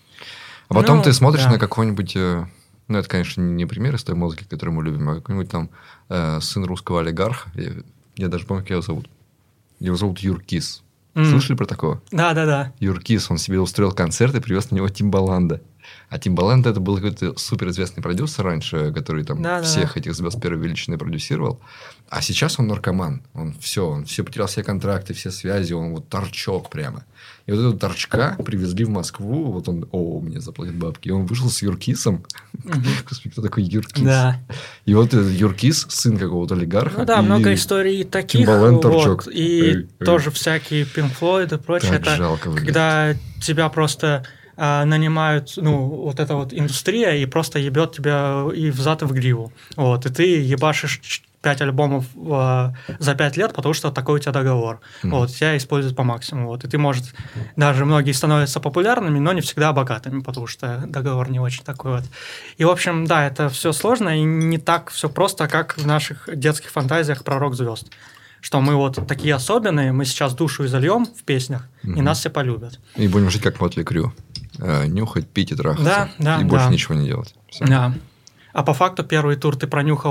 А потом ты смотришь на какой-нибудь... Ну, это, конечно, не пример из той музыки, которую мы любим, а какой-нибудь там сын русского олигарха. Я даже помню, как его зовут. Его зовут Юркис. Слышали про такого? Да. Юркис, он себе устроил концерт и привез на него Тимбаланда. А Тимбаланд это был какой-то суперизвестный продюсер раньше, который там всех этих звезд первой величины продюсировал. А сейчас он наркоман. Он все потерял все контракты, все связи, он вот торчок прямо. И вот этого торчка привезли в Москву, вот он, мне заплатят бабки. И он вышел с Юркисом. Господи, кто такой Юркис? Да. И вот этот Юркис, сын какого-то олигарха. Ну да, много историй таких. Тимбаланд торчок. И тоже всякие Pink Floyd и прочее. Так это жалко выглядит. Когда тебя просто нанимают, вот эта вот индустрия, и просто ебет тебя и взад, и в гриву. Вот. И ты ебашишь 5 альбомов за 5 лет, потому что такой у тебя договор. Вот, тебя используют по максимуму. Вот, и ты, может, даже многие становятся популярными, но не всегда богатыми, потому что договор не очень такой вот. И, в общем, да, это все сложно и не так все просто, как в наших детских фантазиях про рок-звезд. Что мы вот такие особенные, мы сейчас душу изольем в песнях, и нас все полюбят. И будем жить как Мотли Крю. Нюхать, пить и трахаться. Да, и больше ничего не делать. Все. Да. А по факту первый тур ты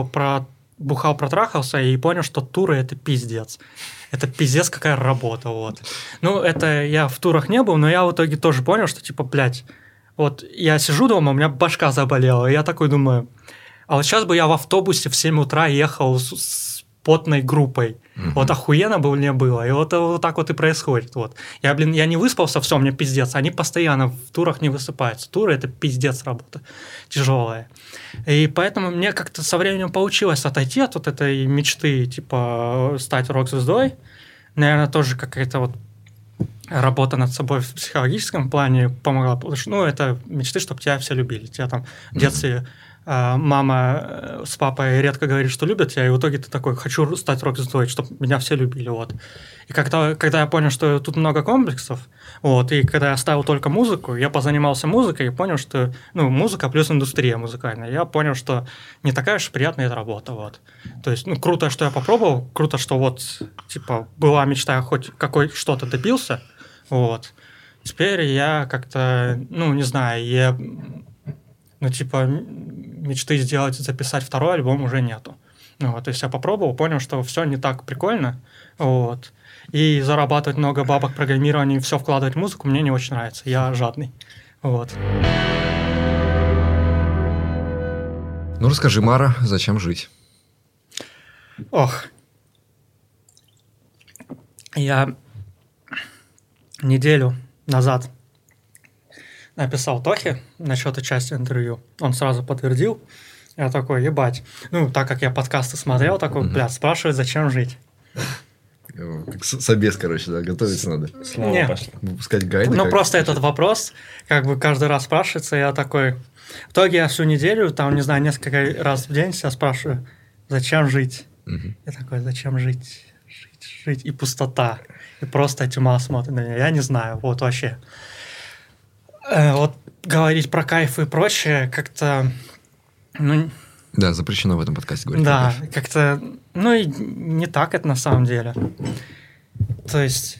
бухал, протрахался и понял, что туры – это пиздец. Это пиздец какая работа, вот. Ну, это я в турах не был, но я в итоге тоже понял, что типа, блядь, вот я сижу дома, у меня башка заболела, и я такой думаю, а вот сейчас бы я в автобусе в 7 утра ехал с потной группой. Вот охуенно бы мне было. И вот так вот и происходит. Вот. Я не выспался, все, мне пиздец. Они постоянно в турах не высыпаются. Туры – это пиздец работа. Тяжелая. И поэтому мне как-то со временем получилось отойти от вот этой мечты, типа, стать рок-звездой. Наверное, тоже какая-то вот работа над собой в психологическом плане помогла. Потому что, это мечты, чтобы тебя все любили. Тебя там в детстве... мама с папой редко говорит, что любят тебя, и в итоге ты такой, хочу стать рок-звездой, чтобы меня все любили, вот. И когда я понял, что тут много комплексов, вот, и когда я оставил только музыку, я позанимался музыкой и понял, что, музыка плюс индустрия музыкальная, я понял, что не такая уж приятная эта работа, вот. То есть, круто, что я попробовал, круто, что вот, типа, была мечта, я хоть что-то добился, вот. Теперь я как-то, не знаю, мечты записать второй альбом уже нету. То есть я попробовал, понял, что все не так прикольно. Вот. И зарабатывать много бабок программированием, все вкладывать в музыку мне не очень нравится. Я жадный. Вот. Ну, расскажи, Мара, зачем жить? Я неделю назад написал Тохе насчет участия в интервью. Он сразу подтвердил. Я такой, ебать. Так как я подкасты смотрел, такой, спрашивает, зачем жить. Как собес, да, готовиться надо. Снова пошло. Выпускать гайды. Просто этот вопрос, каждый раз спрашивается, я такой... В итоге я всю неделю, несколько раз в день себя спрашиваю, зачем жить? Я такой, зачем жить? Жить. И пустота. И просто тьма смотрит на меня. Я не знаю, вот вообще. Вот говорить про кайф и прочее как-то... Да, запрещено в этом подкасте говорить. Да, как-то... Ну и не так это на самом деле. То есть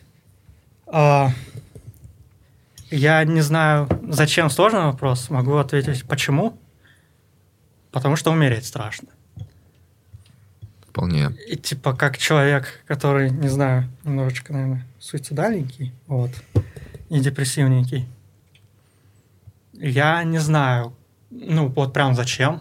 я не знаю, зачем сложный вопрос, могу ответить почему. Потому что умереть страшно. Вполне. И типа как человек, который, не знаю, немножечко, наверное, суицидальненький, вот, и депрессивненький, я не знаю, ну вот прям зачем.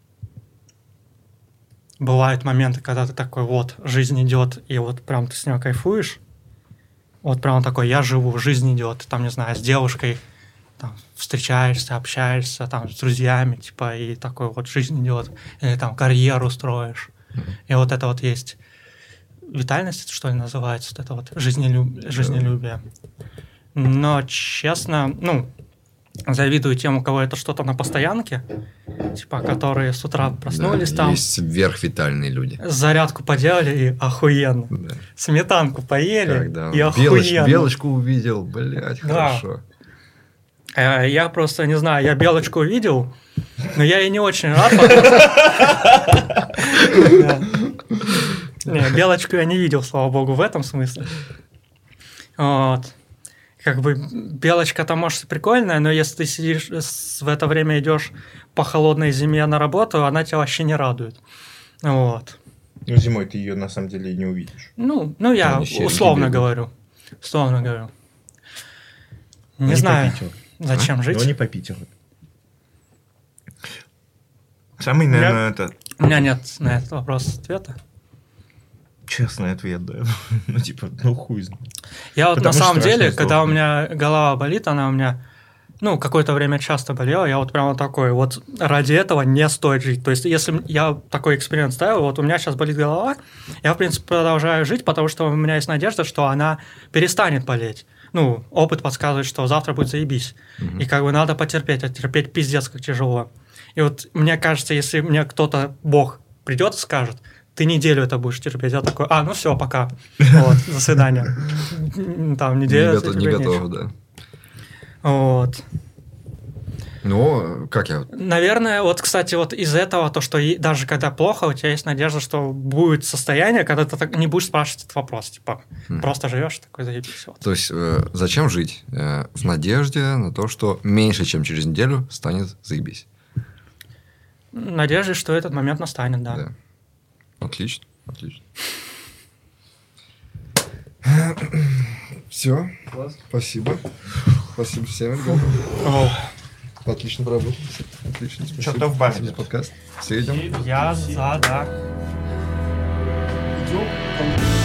Бывают моменты, когда ты такой, вот, жизнь идет, и вот прям ты с нее кайфуешь. Вот прям такой, я живу, жизнь идет, там, не знаю, с девушкой там, встречаешься, общаешься, там, с друзьями, типа, и такой вот жизнь идет, или там карьеру строишь. И вот это вот есть витальность, что ли, называется, вот это вот жизнелюбие. Но, честно, ну, завидую тем, у кого это что-то на постоянке, типа, которые с утра проснулись там. Есть сверхвитальные люди. Зарядку поделали и охуенно. Да. Сметанку поели Когда и охуенно. белочку увидел, блядь, Да. хорошо. Я просто, не знаю, я белочку увидел, но я ей не очень рад. Не, белочку я не видел, слава богу, в этом смысле. Вот. Как бы белочка-то, может, и прикольная, но если ты сидишь, в это время идешь по холодной зиме на работу, она тебя вообще не радует. Вот. Ну, зимой ты ее на самом деле и не увидишь. Ну я Они серенькие условно бегают. говорю. Условно говорю. Но Не знаю, по Питеру. зачем жить. Но не по Питеру. Самый, наверное, это У меня нет на этот вопрос ответа. честный ответ, да. Ну, типа, ну хуй знает. Я вот Потому на что самом страшно деле, когда у сдохнуть. меня голова болит, она у меня, ну, какое-то время часто болела, я вот прямо такой, вот ради этого не стоит жить. То есть, если я такой эксперимент ставил, вот у меня сейчас болит голова, я, в принципе, продолжаю жить, потому что у меня есть надежда, что она перестанет болеть. Ну, опыт подсказывает, что завтра будет заебись. И как бы надо потерпеть, а терпеть пиздец как тяжело. И вот мне кажется, если мне кто-то, Бог, придет и скажет, ты неделю это будешь терпеть, я такой, ну все, пока, вот, до свидания. Там неделю Не терпеть готов, нечего. да. Вот. Ну, как я... Наверное, вот, кстати, вот из этого, то, что даже когда плохо, у тебя есть надежда, что будет состояние, когда ты так не будешь спрашивать этот вопрос. Типа, просто живешь такой, заебись. Вот. То есть, зачем жить? В надежде на то, что меньше, чем через неделю, станет заебись. Надежда, что этот момент настанет, да. Да. Отлично, отлично. Все. Класс. Спасибо. Спасибо всем, ребята. Отлично поработали. Отлично. Спасибо. Чё-то в баре. Спасибо за подкаст. Все идем. Я за, да. Идем.